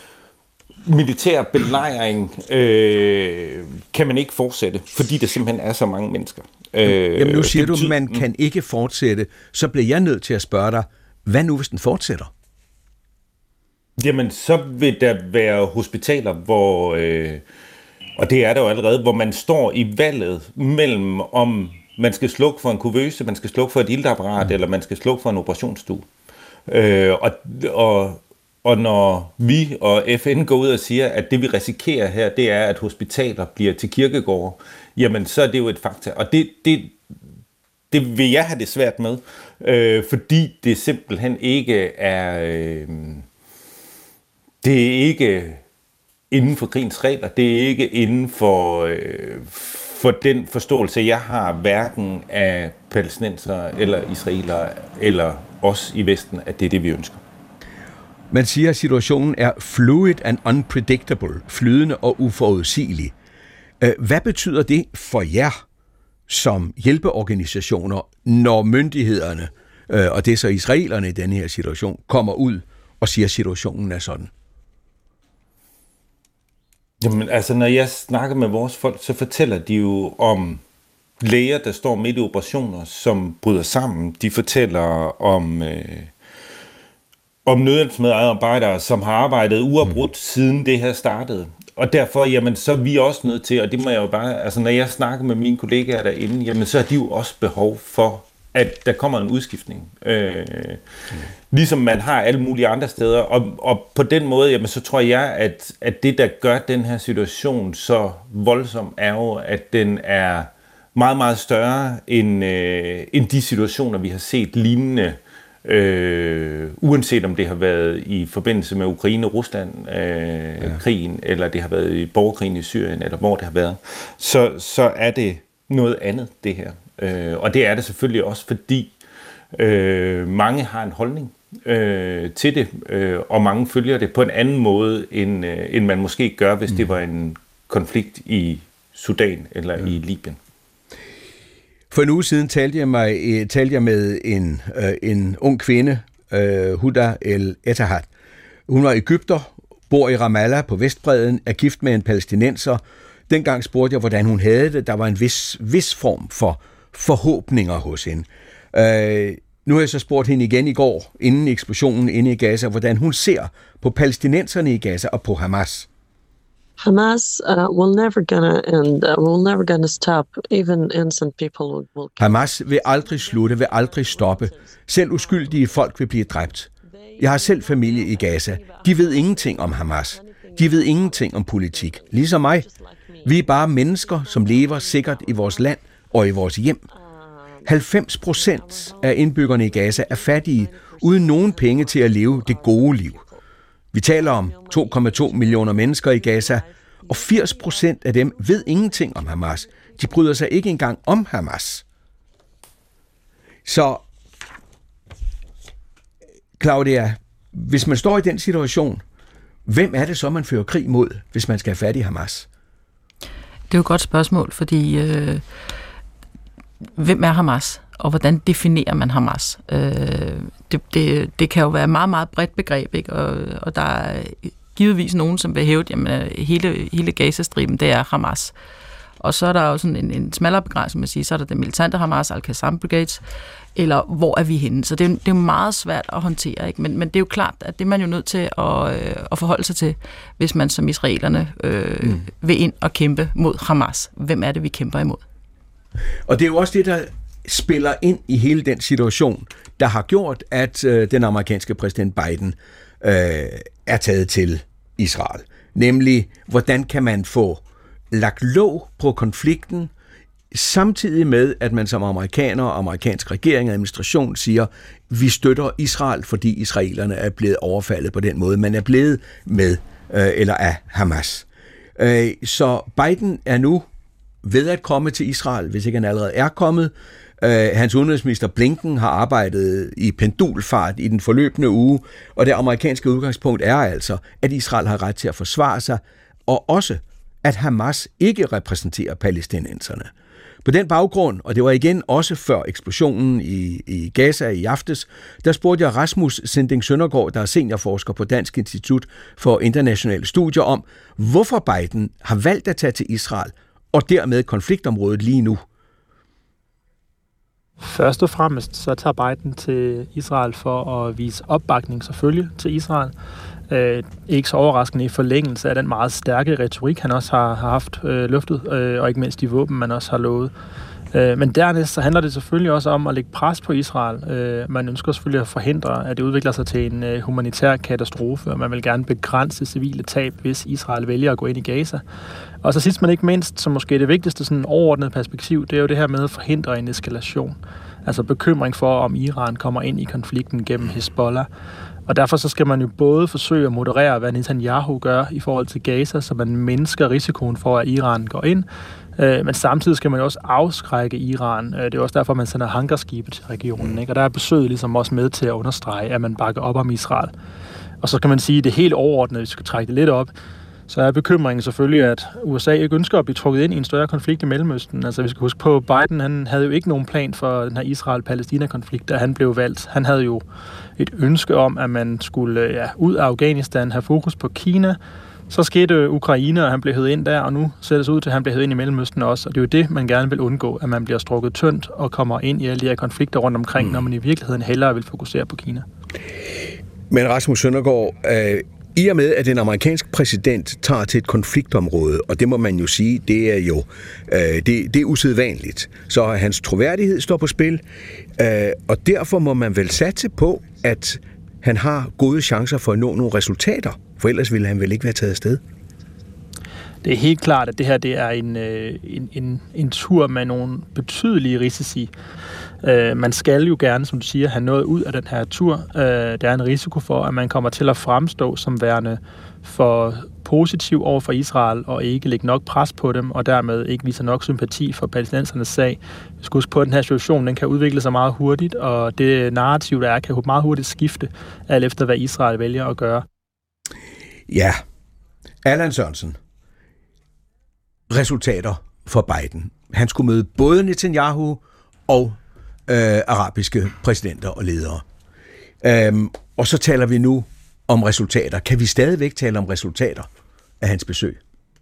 militær belejring øh, kan man ikke fortsætte, fordi der simpelthen er så mange mennesker. Øh, Jamen nu siger betyder, du, man kan ikke fortsætte. Så bliver jeg nødt til at spørge dig, hvad nu hvis den fortsætter? Jamen, så vil der være hospitaler, hvor, øh, og det er der jo allerede, hvor man står i valget mellem, om man skal slukke for en kuvøse, man skal slukke for et iltapparat, mm. eller man skal slukke for en operationsstue. Øh, og, og, og når vi og F N går ud og siger, at det vi risikerer her, det er, at hospitaler bliver til kirkegårde, jamen så er det jo et fakta. Og det, det, det vil jeg have det svært med, øh, fordi det simpelthen ikke er... Øh, Det er ikke inden for krigens regler, det er ikke inden for, øh, for den forståelse, jeg har, hverken af palæstinensere eller israelere, eller os i Vesten, at det er det, vi ønsker. Man siger, at situationen er fluid and unpredictable, flydende og uforudsigelig. Hvad betyder det for jer som hjælpeorganisationer, når myndighederne, og det er så israelerne i denne her situation, kommer ud og siger, at situationen er sådan? Jamen, altså, når jeg snakker med vores folk, så fortæller de jo om læger, der står midt i operationer, som bryder sammen. De fortæller om, øh, om nødhjælpsmedarbejdere, som har arbejdet uafbrudt mm. siden det her startede. Og derfor, jamen, så er vi også nødt til, og det må jeg jo bare, altså, når jeg snakker med mine kollegaer derinde, jamen, så har de jo også behov for, at der kommer en udskiftning. Øh, mm. Ligesom man har alle mulige andre steder. Og, og på den måde, jamen, så tror jeg, at, at det, der gør den her situation så voldsom, er jo, at den er meget, meget større end, øh, end de situationer, vi har set lignende, øh, uanset om det har været i forbindelse med Ukraine-Rusland-krigen, øh, ja. eller det har været i borgerkrigen i Syrien, eller hvor det har været, så, så er det noget andet, det her. Øh, og det er det selvfølgelig også, fordi øh, mange har en holdning øh, til det, øh, og mange følger det på en anden måde, end, øh, end man måske gør, hvis mm. det var en konflikt i Sudan eller ja. i Libyen. For en uge siden talte jeg, mig, talte jeg med en, øh, en ung kvinde, øh, Huda El Etahad. Hun var egypter, bor i Ramallah på Vestbredden, er gift med en palæstinenser. Dengang spurgte jeg, hvordan hun havde det. Der var en vis, vis form for forhåbninger hos hende. Øh, nu har jeg så spurgt hende igen i går, inden eksplosionen inde i Gaza, hvordan hun ser på palæstinenserne i Gaza og på Hamas. Hamas uh, will never gonna end, uh, will never gonna stop. Even innocent people will, will Hamas vil aldrig slutte, vil aldrig stoppe. Selv uskyldige folk vil blive dræbt. Jeg har selv familie i Gaza. De ved ingenting om Hamas. De ved ingenting om politik. Ligesom mig. Vi er bare mennesker, som lever sikkert i vores land og i vores hjem. halvfems procent af indbyggerne i Gaza er fattige, uden nogen penge til at leve det gode liv. Vi taler om to komma to millioner mennesker i Gaza, og firs procent af dem ved ingenting om Hamas. De bryder sig ikke engang om Hamas. Så, Claudia, hvis man står i den situation, hvem er det så, man fører krig mod, hvis man skal have fat i Hamas? Det er jo et godt spørgsmål, fordi øh, hvem er Hamas, og hvordan definerer man Hamas? Øh, det, det, det kan jo være et meget, meget bredt begreb, ikke? Og, og der er givetvis nogen, som vil hævde, at hele, hele Gazastriben, det er Hamas. Og så er der jo sådan en, en smallere begrænsning, man siger, så er der det militante Hamas, Al-Qassam Brigades, eller hvor er vi henne? Så det er, det er meget svært at håndtere, ikke? Men, men det er jo klart, at det er man jo nødt til at, øh, at forholde sig til, hvis man som israelerne øh, mm. vil ind og kæmpe mod Hamas. Hvem er det, vi kæmper imod? Og det er jo også det, der spiller ind i hele den situation, der har gjort, at øh, den amerikanske præsident Biden øh, er taget til Israel. Nemlig, hvordan kan man få lagt låg på konflikten, samtidig med, at man som amerikaner og amerikansk regering og administration siger, vi støtter Israel, fordi israelerne er blevet overfaldet på den måde, man er blevet med, øh, eller af Hamas. Øh, så Biden er nu ved at komme til Israel, hvis ikke han allerede er kommet. Øh, hans udenrigsminister Blinken har arbejdet i pendulfart i den forløbende uge, og det amerikanske udgangspunkt er altså, at Israel har ret til at forsvare sig, og også at Hamas ikke repræsenterer palæstinenserne. På den baggrund, og det var igen også før eksplosionen i, i Gaza i aftes, der spurgte jeg Rasmus Sinding Søndergaard, der er seniorforsker på Dansk Institut for Internationale Studier, om hvorfor Biden har valgt at tage til Israel, og dermed konfliktområdet lige nu. Først og fremmest så tager Biden til Israel for at vise opbakning selvfølgelig til Israel. Øh, ikke så overraskende i forlængelse af den meget stærke retorik, han også har, har haft øh, løftet, øh, og ikke mindst de våben, man også har lovet. Øh, men dernæst så handler det selvfølgelig også om at lægge pres på Israel. Øh, man ønsker selvfølgelig at forhindre, at det udvikler sig til en øh, humanitær katastrofe, og man vil gerne begrænse civile tab, hvis Israel vælger at gå ind i Gaza. Og så sidst men ikke mindst, som måske det vigtigste sådan overordnede perspektiv, det er jo det her med at forhindre en eskalation. Altså bekymring for, om Iran kommer ind i konflikten gennem Hezbollah. Og derfor så skal man jo både forsøge at moderere, hvad Netanyahu gør i forhold til Gaza, så man mindsker risikoen for, at Iran går ind. Men samtidig skal man jo også afskrække Iran. Det er også derfor, man sender hangarskibe til regionen. Ikke? Og der er besøget ligesom også med til at understrege, at man bakker op om Israel. Og så kan man sige, at det helt overordnede, hvis vi skal trække det lidt op, så er bekymringen selvfølgelig, at U S A ikke ønsker at blive trukket ind i en større konflikt i Mellemøsten. Altså vi skal huske på, Biden han havde jo ikke nogen plan for den her Israel-Palæstina-konflikt, da han blev valgt. Han havde jo et ønske om, at man skulle ja, ud af Afghanistan, have fokus på Kina. Så skete Ukraine, og han blev hævet ind der, og nu ser det så ud til, at han bliver hævet ind i Mellemøsten også. Og det er jo det, man gerne vil undgå, at man bliver strukket tyndt og kommer ind i alle de her konflikter rundt omkring, mm. når man i virkeligheden hellere vil fokusere på Kina. Men Rasmus Søndergaard, øh, i og med, at en amerikansk præsident tager til et konfliktområde, og det må man jo sige, det er jo øh, det, det er usædvanligt, så hans troværdighed står på spil, øh, og derfor må man vel satse på, at han har gode chancer for at nå nogle resultater, for ellers ville han vel ikke være taget afsted. Det er helt klart, at det her det er en, en, en, en tur med nogle betydelige risici. Uh, man skal jo gerne, som du siger, have noget ud af den her tur. Uh, der er en risiko for, at man kommer til at fremstå som værende for positiv over for Israel, og ikke lægge nok pres på dem, og dermed ikke viser nok sympati for palæstinensernes sag. Vi skal huske på, at den her situation den kan udvikle sig meget hurtigt, og det narrativ, der er, kan meget hurtigt skifte, alt efter hvad Israel vælger at gøre. Ja, Allan Sørensen. Resultater for Biden. Han skulle møde både Netanyahu og øh, arabiske præsidenter og ledere. Øhm, og så taler vi nu om resultater. Kan vi stadigvæk tale om resultater af hans besøg?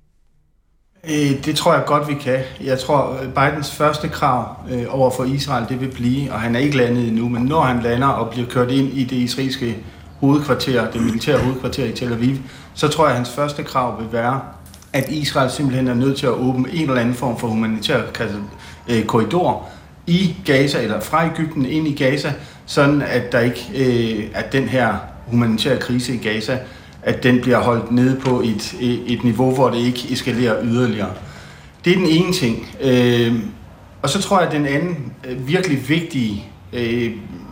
Det tror jeg godt, vi kan. Jeg tror, Bidens første krav øh, over for Israel, det vil blive, og han er ikke landet endnu, men når han lander og bliver kørt ind i det israelske hovedkvarter, det militære hovedkvarter i Tel Aviv, så tror jeg, at hans første krav vil være, at Israel simpelthen er nødt til at åbne en eller anden form for humanitær øh, korridor i Gaza, eller fra Egypten ind i Gaza, sådan at der ikke, øh, at den her humanitære krise i Gaza, at den bliver holdt nede på et, et niveau, hvor det ikke eskalerer yderligere. Det er den ene ting. Øh, og så tror jeg, at den anden øh, virkelig vigtige, øh,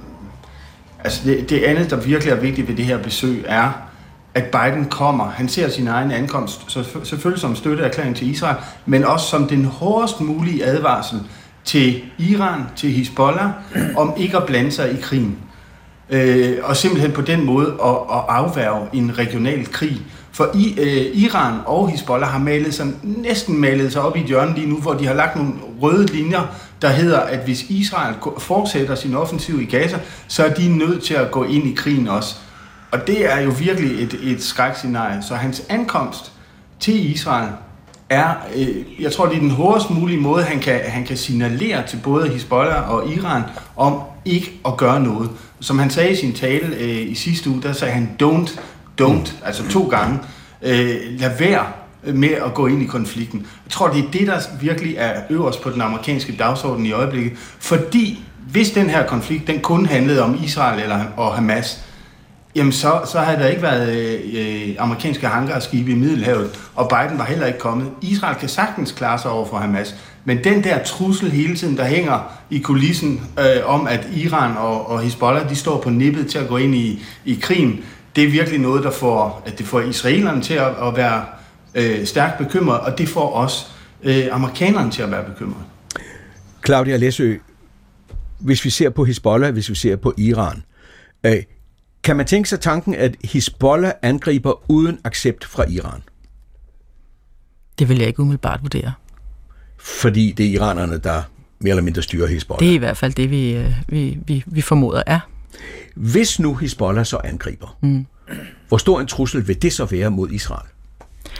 altså det, det andet, der virkelig er vigtigt ved det her besøg, er, at Biden kommer, han ser sin egen ankomst, så selvfølgelig som støtteerklæring til Israel, men også som den hårdest mulige advarsel til Iran, til Hezbollah, om ikke at blande sig i krigen. Øh, og simpelthen på den måde at, at afværge en regional krig. For I, øh, Iran og Hezbollah har malet sig, næsten malet sig op i et hjørne lige nu, hvor de har lagt nogle røde linjer, der hedder, at hvis Israel fortsætter sin offensiv i Gaza, så er de nødt til at gå ind i krigen også. Og det er jo virkelig et, et skrækscenarie. Så hans ankomst til Israel er, øh, jeg tror, det er den hårdest mulige måde, han kan, han kan signalere til både Hezbollah og Iran om ikke at gøre noget. Som han sagde i sin tale øh, i sidste uge, der sagde han don't, don't, altså to gange. Øh, lad være med at gå ind i konflikten. Jeg tror, det er det, der virkelig er øverst på den amerikanske dagsorden i øjeblikket. Fordi hvis den her konflikt, den kun handlede om Israel eller, og Hamas, jamen så, så havde der ikke været øh, amerikanske hangarskibe i Middelhavet, og Biden var heller ikke kommet. Israel kan sagtens klare sig over for Hamas, men den der trussel hele tiden, der hænger i kulissen øh, om, at Iran og, og Hezbollah, de står på nippet til at gå ind i, i krigen, det er virkelig noget, der får, at det får israelerne til at, at være øh, stærkt bekymret, og det får også øh, amerikanerne til at være bekymret. Claudia Læsø, hvis vi ser på Hezbollah, hvis vi ser på Iran, øh, kan man tænke sig tanken, at Hezbollah angriber uden accept fra Iran? Det vil jeg ikke umiddelbart vurdere. Fordi det er iranerne, der mere eller mindre styrer Hezbollah? Det er i hvert fald det, vi, vi, vi, vi formoder er. Hvis nu Hezbollah så angriber, mm. hvor stor en trussel vil det så være mod Israel?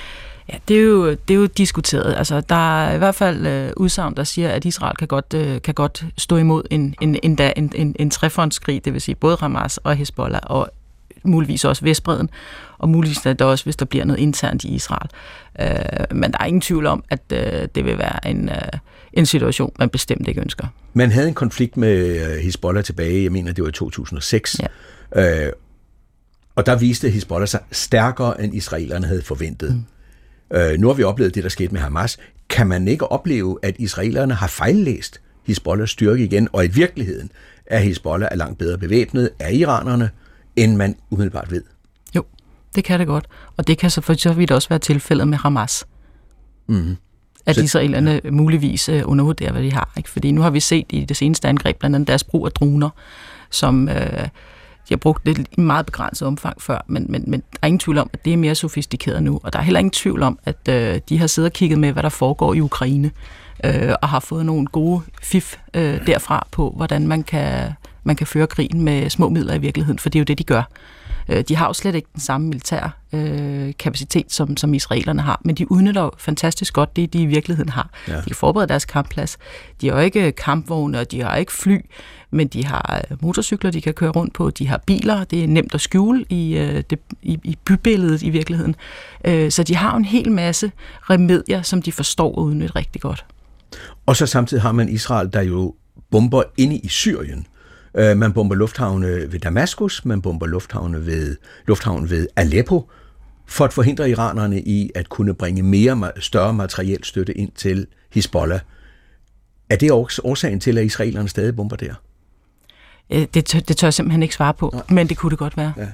Ja, det er jo, det er jo diskuteret. Altså, der er i hvert fald øh, udsagn, der siger, at Israel kan godt, øh, kan godt stå imod en, en, en, en, en, en trefrontskrig, det vil sige både Hamas og Hezbollah, og muligvis også Vestbredden, og muligvis er det også, hvis der bliver noget internt i Israel. Øh, men der er ingen tvivl om, at øh, det vil være en, øh, en situation, man bestemt ikke ønsker. Man havde en konflikt med Hezbollah tilbage, jeg mener, det var i to tusind og seks, ja. øh, og der viste Hezbollah sig stærkere, end israelerne havde forventet. Mm. Øh, nu har vi oplevet det, der skete med Hamas. Kan man ikke opleve, at israelerne har fejllæst Hezbollahs styrke igen, og i virkeligheden er Hezbollah er langt bedre bevæbnet af iranerne, end man umiddelbart ved? Jo, det kan det godt. Og det kan så for så vidt også være tilfældet med Hamas. Mm-hmm. At israelerne ja. muligvis undervurderer, hvad de har. Ikke? Fordi nu har vi set i det seneste angreb, blandt andet deres brug af droner, som øh, de har brugt det i meget begrænset omfang før, men, men, men der er ingen tvivl om, at det er mere sofistikeret nu. Og der er heller ingen tvivl om, at øh, de har siddet og kigget med, hvad der foregår i Ukraine, øh, og har fået nogle gode fif øh, derfra på, hvordan man kan, man kan føre krigen med små midler i virkeligheden, for det er jo det, de gør. De har jo slet ikke den samme militære øh, kapacitet, som, som israelerne har, men de udnytter jo fantastisk godt det, de i virkeligheden har. Ja. De kan forberede deres kampplads. De har jo ikke kampvogne, og de har ikke fly, men de har motorcykler, de kan køre rundt på. De har biler, det er nemt at skjule i, øh, det, i, i bybilledet i virkeligheden. Øh, så de har jo en hel masse remedier, som de forstår at udnytte rigtig godt. Og så samtidig har man Israel, der jo bomber inde i Syrien. Man bomber lufthavne ved Damaskus, man bomber lufthavne ved, lufthavne ved Aleppo, for at forhindre iranerne i at kunne bringe mere større materiel støtte ind til Hezbollah. Er det også årsagen til, at israelerne stadig bomber der? Det tør, det tør jeg simpelthen ikke svare på, Nej. men det kunne det godt være. Ja.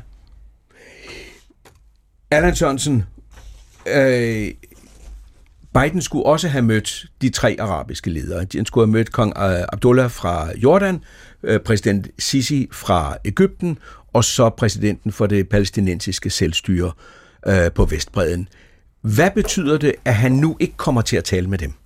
Allan Sørensen, øh, Biden skulle også have mødt de tre arabiske ledere. Han skulle have mødt kong Abdullah fra Jordan, præsident Sisi fra Egypten, og så præsidenten for det palæstinensiske selvstyre øh, på Vestbredden. Hvad betyder det, at han nu ikke kommer til at tale med dem?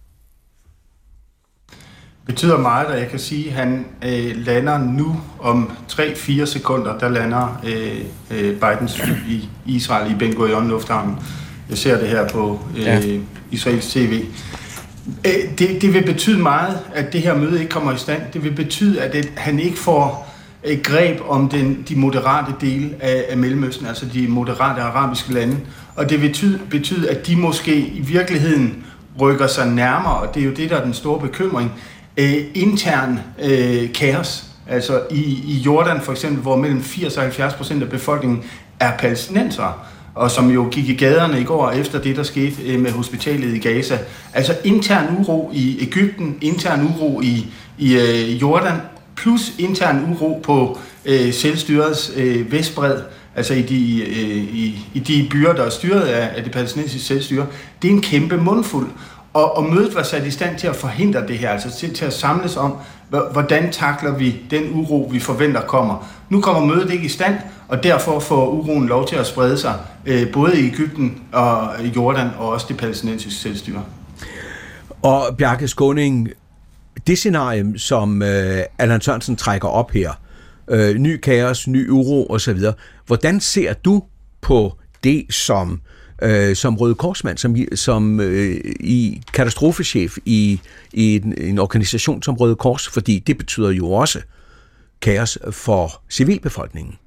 Det betyder meget, at jeg kan sige, at han øh, lander nu om tre fire sekunder, der lander øh, øh, Bidens fly i Israel i Ben Gurion lufthavnen. Jeg ser det her på øh, ja. Israels tv. Det, det vil betyde meget, at det her møde ikke kommer i stand. Det vil betyde, at det, han ikke får et greb om den, de moderate dele af, af Mellemøsten, altså de moderate arabiske lande. Og det vil betyde, betyde, at de måske i virkeligheden rykker sig nærmere, og det er jo det, der er den store bekymring, øh, intern øh, kaos. Altså i, i Jordan for eksempel, hvor mellem firs og halvfjerds procent af befolkningen er palæstinensere, og som jo gik i gaderne i går efter det, der skete med hospitalet i Gaza. Altså intern uro i Egypten, intern uro i, i øh, Jordan, plus intern uro på øh, selvstyrets øh, vestbred, altså i de, øh, i, i de byer, der er styret af, af det palæstinensiske selvstyre. Det er en kæmpe mundfuld. Og, og mødet var sat i stand til at forhindre det her, altså til, til at samles om, hvordan takler vi den uro, vi forventer kommer. Nu kommer mødet ikke i stand, og derfor får uroen lov til at sprede sig, øh, både i Egypten og i Jordan, og også det palæstinensiske selvstyre. Og Bjarke Skaaning, det scenarie, som øh, Allan Sørensen trækker op her, øh, ny kaos, ny uro osv., hvordan ser du på det som Øh, som Røde Korsmand, som, som øh, i katastrofechef i, i en, en organisation som Røde Kors, fordi det betyder jo også kaos for civilbefolkningen.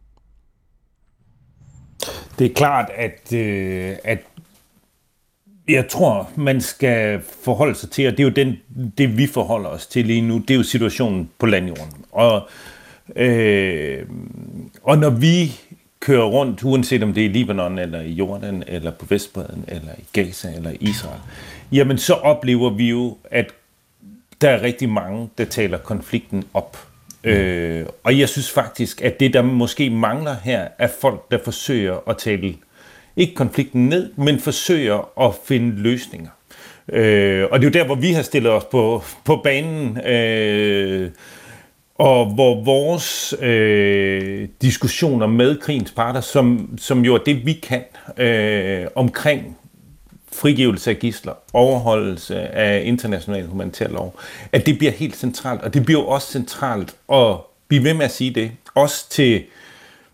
Det er klart, at, øh, at jeg tror, man skal forholde sig til, og det er jo den, det, vi forholder os til lige nu, det er jo situationen på landjorden. Og, øh, og når vi kører rundt, uanset om det er i Libanon, eller i Jordan, eller på Vestbredden, eller i Gaza, eller i Israel, jamen så oplever vi jo, at der er rigtig mange, der taler konflikten op. Mm. Øh, og jeg synes faktisk, at det, der måske mangler her, er folk, der forsøger at tale, ikke konflikten ned, men forsøger at finde løsninger. Øh, og det er jo der, hvor vi har stillet os på, på banen, øh, og hvor vores øh, diskussioner med krigens parter, som, som jo er det, vi kan, øh, omkring frigivelse af gidsler, overholdelse af international humanitær lov, at det bliver helt centralt, og det bliver jo også centralt at blive ved med at sige det, også til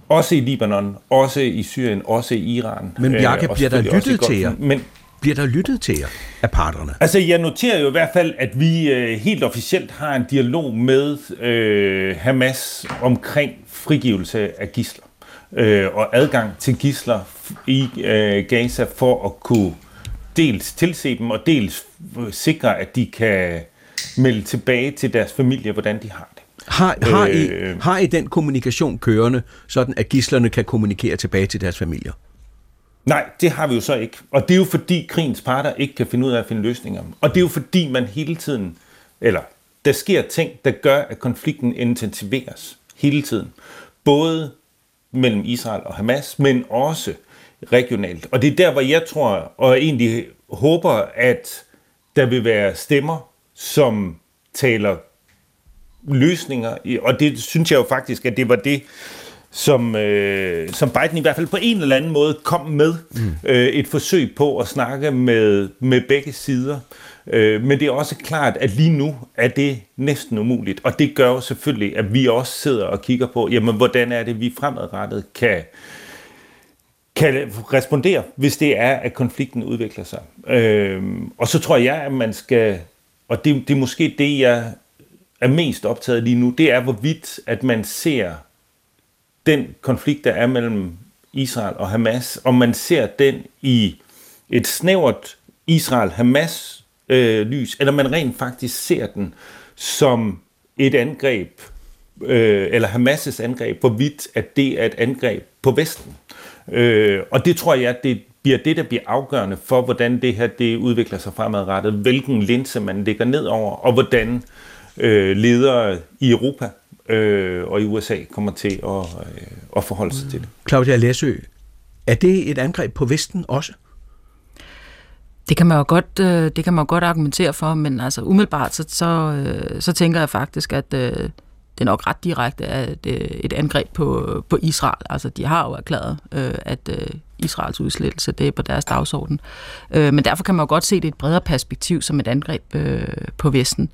Også i Libanon, også i Syrien, også i Iran. Men Bjarke, bliver der lyttet til jer? Men bliver der lyttet til jer af parterne? Altså, jeg noterer jo i hvert fald, at vi øh, helt officielt har en dialog med øh, Hamas omkring frigivelse af gidsler øh, og adgang til gidsler i øh, Gaza for at kunne dels tilse dem og dels sikre, at de kan melde tilbage til deres familie, hvordan de har det. Har, har, I, øh, har I den kommunikation kørende, sådan at gidslerne kan kommunikere tilbage til deres familier? Nej, det har vi jo så ikke. Og det er jo fordi krigens parter ikke kan finde ud af at finde løsninger. Og det er jo fordi man hele tiden, eller der sker ting, der gør, at konflikten intensiveres hele tiden. Både mellem Israel og Hamas, men også regionalt. Og det er der, hvor jeg tror, og egentlig håber, at der vil være stemmer, som taler løsninger. Og det synes jeg jo faktisk, at det var det, som, øh, som Biden i hvert fald på en eller anden måde kom med. Mm. Øh, et forsøg på at snakke med, med begge sider. Øh, men det er også klart, at lige nu er det næsten umuligt. Og det gør jo selvfølgelig, at vi også sidder og kigger på, jamen, hvordan er det, vi fremadrettet kan, kan respondere, hvis det er, at konflikten udvikler sig. Øh, og så tror jeg, at man skal, og det, det er måske det, jeg er mest optaget lige nu, det er, hvorvidt at man ser den konflikt, der er mellem Israel og Hamas, om man ser den i et snævert Israel-Hamas øh, lys, eller man rent faktisk ser den som et angreb, øh, eller Hamas' angreb, hvorvidt at det er et angreb på Vesten. Øh, og det tror jeg, det bliver det, der bliver afgørende for, hvordan det her det udvikler sig fremadrettet, hvilken linse man lægger ned over, og hvordan øh, ledere i Europa øh, og i U S A kommer til at, øh, at forholde sig til det. Claudia Læsø, er det et angreb på Vesten også? Det kan man jo godt, det kan man jo godt argumentere for, men altså umiddelbart så, så, så tænker jeg faktisk, at det er nok ret direkte at et angreb på, på Israel. Altså de har jo erklæret, at Israels udslettelse det er på deres dagsorden. Men derfor kan man jo godt se det i et bredere perspektiv som et angreb på Vesten.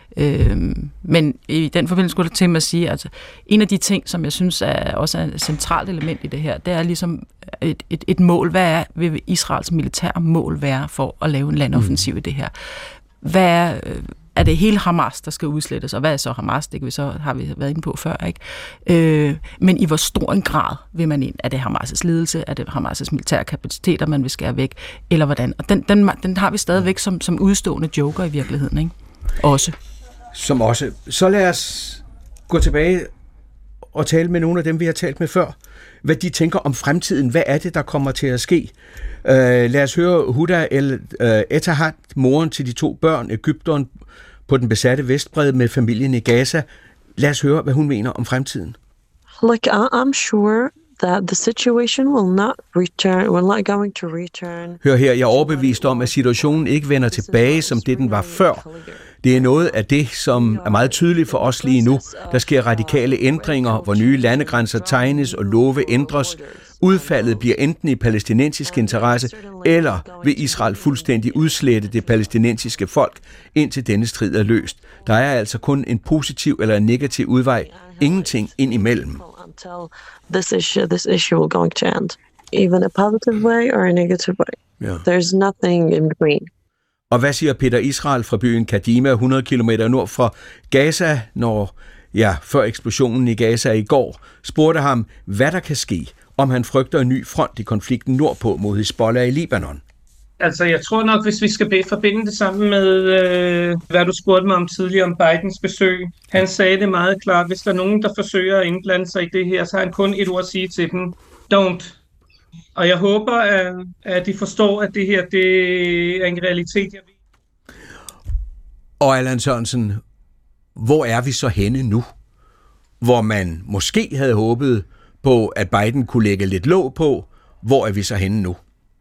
Men i den forbindelse skulle jeg til mig at sige, at en af de ting, som jeg synes er også er et centralt element i det her, det er ligesom et, et, et mål. Hvad er, vil Israels militære mål være for at lave en landoffensiv mm. i det her? Hvad er, er det hele Hamas, der skal udslettes, og hvad er så Hamas? Det kan vi så, har vi været inde på før, ikke? Øh, men i hvor stor en grad vil man ind? Er det Hamas' ledelse? Er det Hamas' militære kapaciteter, man vil skære væk? Eller hvordan? Og den, den, den har vi stadigvæk som, som udstående joker i virkeligheden, ikke? Også. Som også. Så lad os gå tilbage og tale med nogle af dem, vi har talt med før. Hvad de tænker om fremtiden. Hvad er det, der kommer til at ske? Uh, lad os høre Huda El uh, Etahad, moren til de to børn, Egypteren på den besatte Vestbred med familien i Gaza. Lad os høre, hvad hun mener om fremtiden. Like, I'm sure that the situation will not return, will not going to return. Hør her, jeg er overbevist om, at situationen ikke vender tilbage, som det den var før. Det er noget af det, som er meget tydeligt for os lige nu. Der sker radikale ændringer, hvor nye landegrænser tegnes og love ændres. Udfaldet bliver enten i palæstinensisk interesse, eller vil Israel fuldstændig udslette det palæstinensiske folk, indtil denne strid er løst. Der er altså kun en positiv eller en negativ udvej. Ingenting ind imellem. This issue, this issue will going to end. Even a positive way or a negative way. Yeah. There's nothing in between. Og hvad siger Peter Israel fra byen Kadima, hundrede kilometer nord for Gaza, når, ja, før eksplosionen i Gaza i går, spurgte ham, hvad der kan ske, om han frygter en ny front i konflikten nordpå mod Hizbollah i Libanon. Altså, jeg tror nok, hvis vi skal forbinde det sammen med, øh, hvad du spurgte mig om tidligere om Bidens besøg. Han sagde det meget klart, hvis der er nogen, der forsøger at indblande sig i det her, så har han kun et ord at sige til dem. Don't. Og jeg håber, at, at de forstår, at det her det er en realitet. Jeg ved. Og Allan Sørensen, hvor er vi så henne nu? Hvor man måske havde håbet på, at Biden kunne lægge lidt låg på. Hvor er vi så henne nu?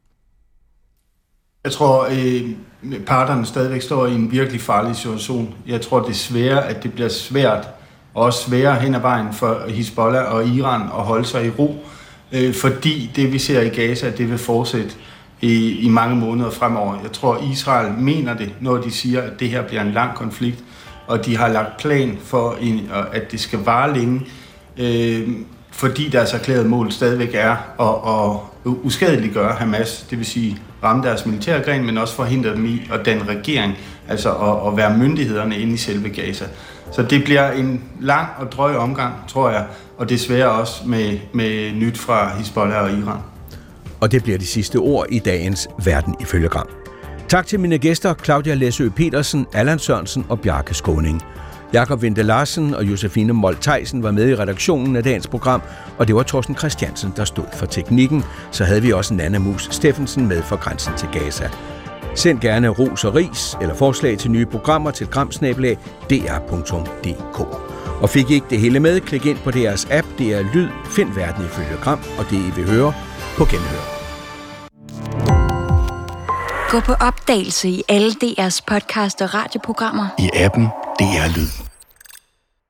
Jeg tror, at parterne stadigvæk står i en virkelig farlig situation. Jeg tror, det er svært, at det bliver svært, og også sværere hen ad vejen for Hizbollah og Iran at holde sig i ro. Fordi det, vi ser i Gaza, det vil fortsætte i, i mange måneder fremover. Jeg tror, Israel mener det, når de siger, at det her bliver en lang konflikt, og de har lagt plan for, en, at det skal vare længe. fordi deres erklærede mål stadigvæk er at, at uskadeliggøre Hamas, det vil sige ramme deres militærgren, men også forhindre dem i at danne regering, altså at, at være myndighederne inde i selve Gaza. Så det bliver en lang og drøj omgang, tror jeg, og desværre også med, med nyt fra Hizbollah og Iran. Og det bliver de sidste ord i dagens Verden ifølge Gram. Tak til mine gæster, Claudia Læsø Petersen, Allan Sørensen og Bjarke Skåning. Jakob Winde Larsen og Josefine Mold Theisen var med i redaktionen af dagens program, og det var Torsten Christiansen, der stod for teknikken. Så havde vi også Nanna Mus Steffensen med fra Grænsen til Gaza. Send gerne ros og ris eller forslag til nye programmer til gram bindestreg d r punktum d k. Og fik I ikke det hele med, klik ind på D R's app, D R Lyd, find Verden ifølge Gram, og det I vil høre på genhør. Gå på opdagelse i alle D R's podcast og radioprogrammer. I appen D R Lyd.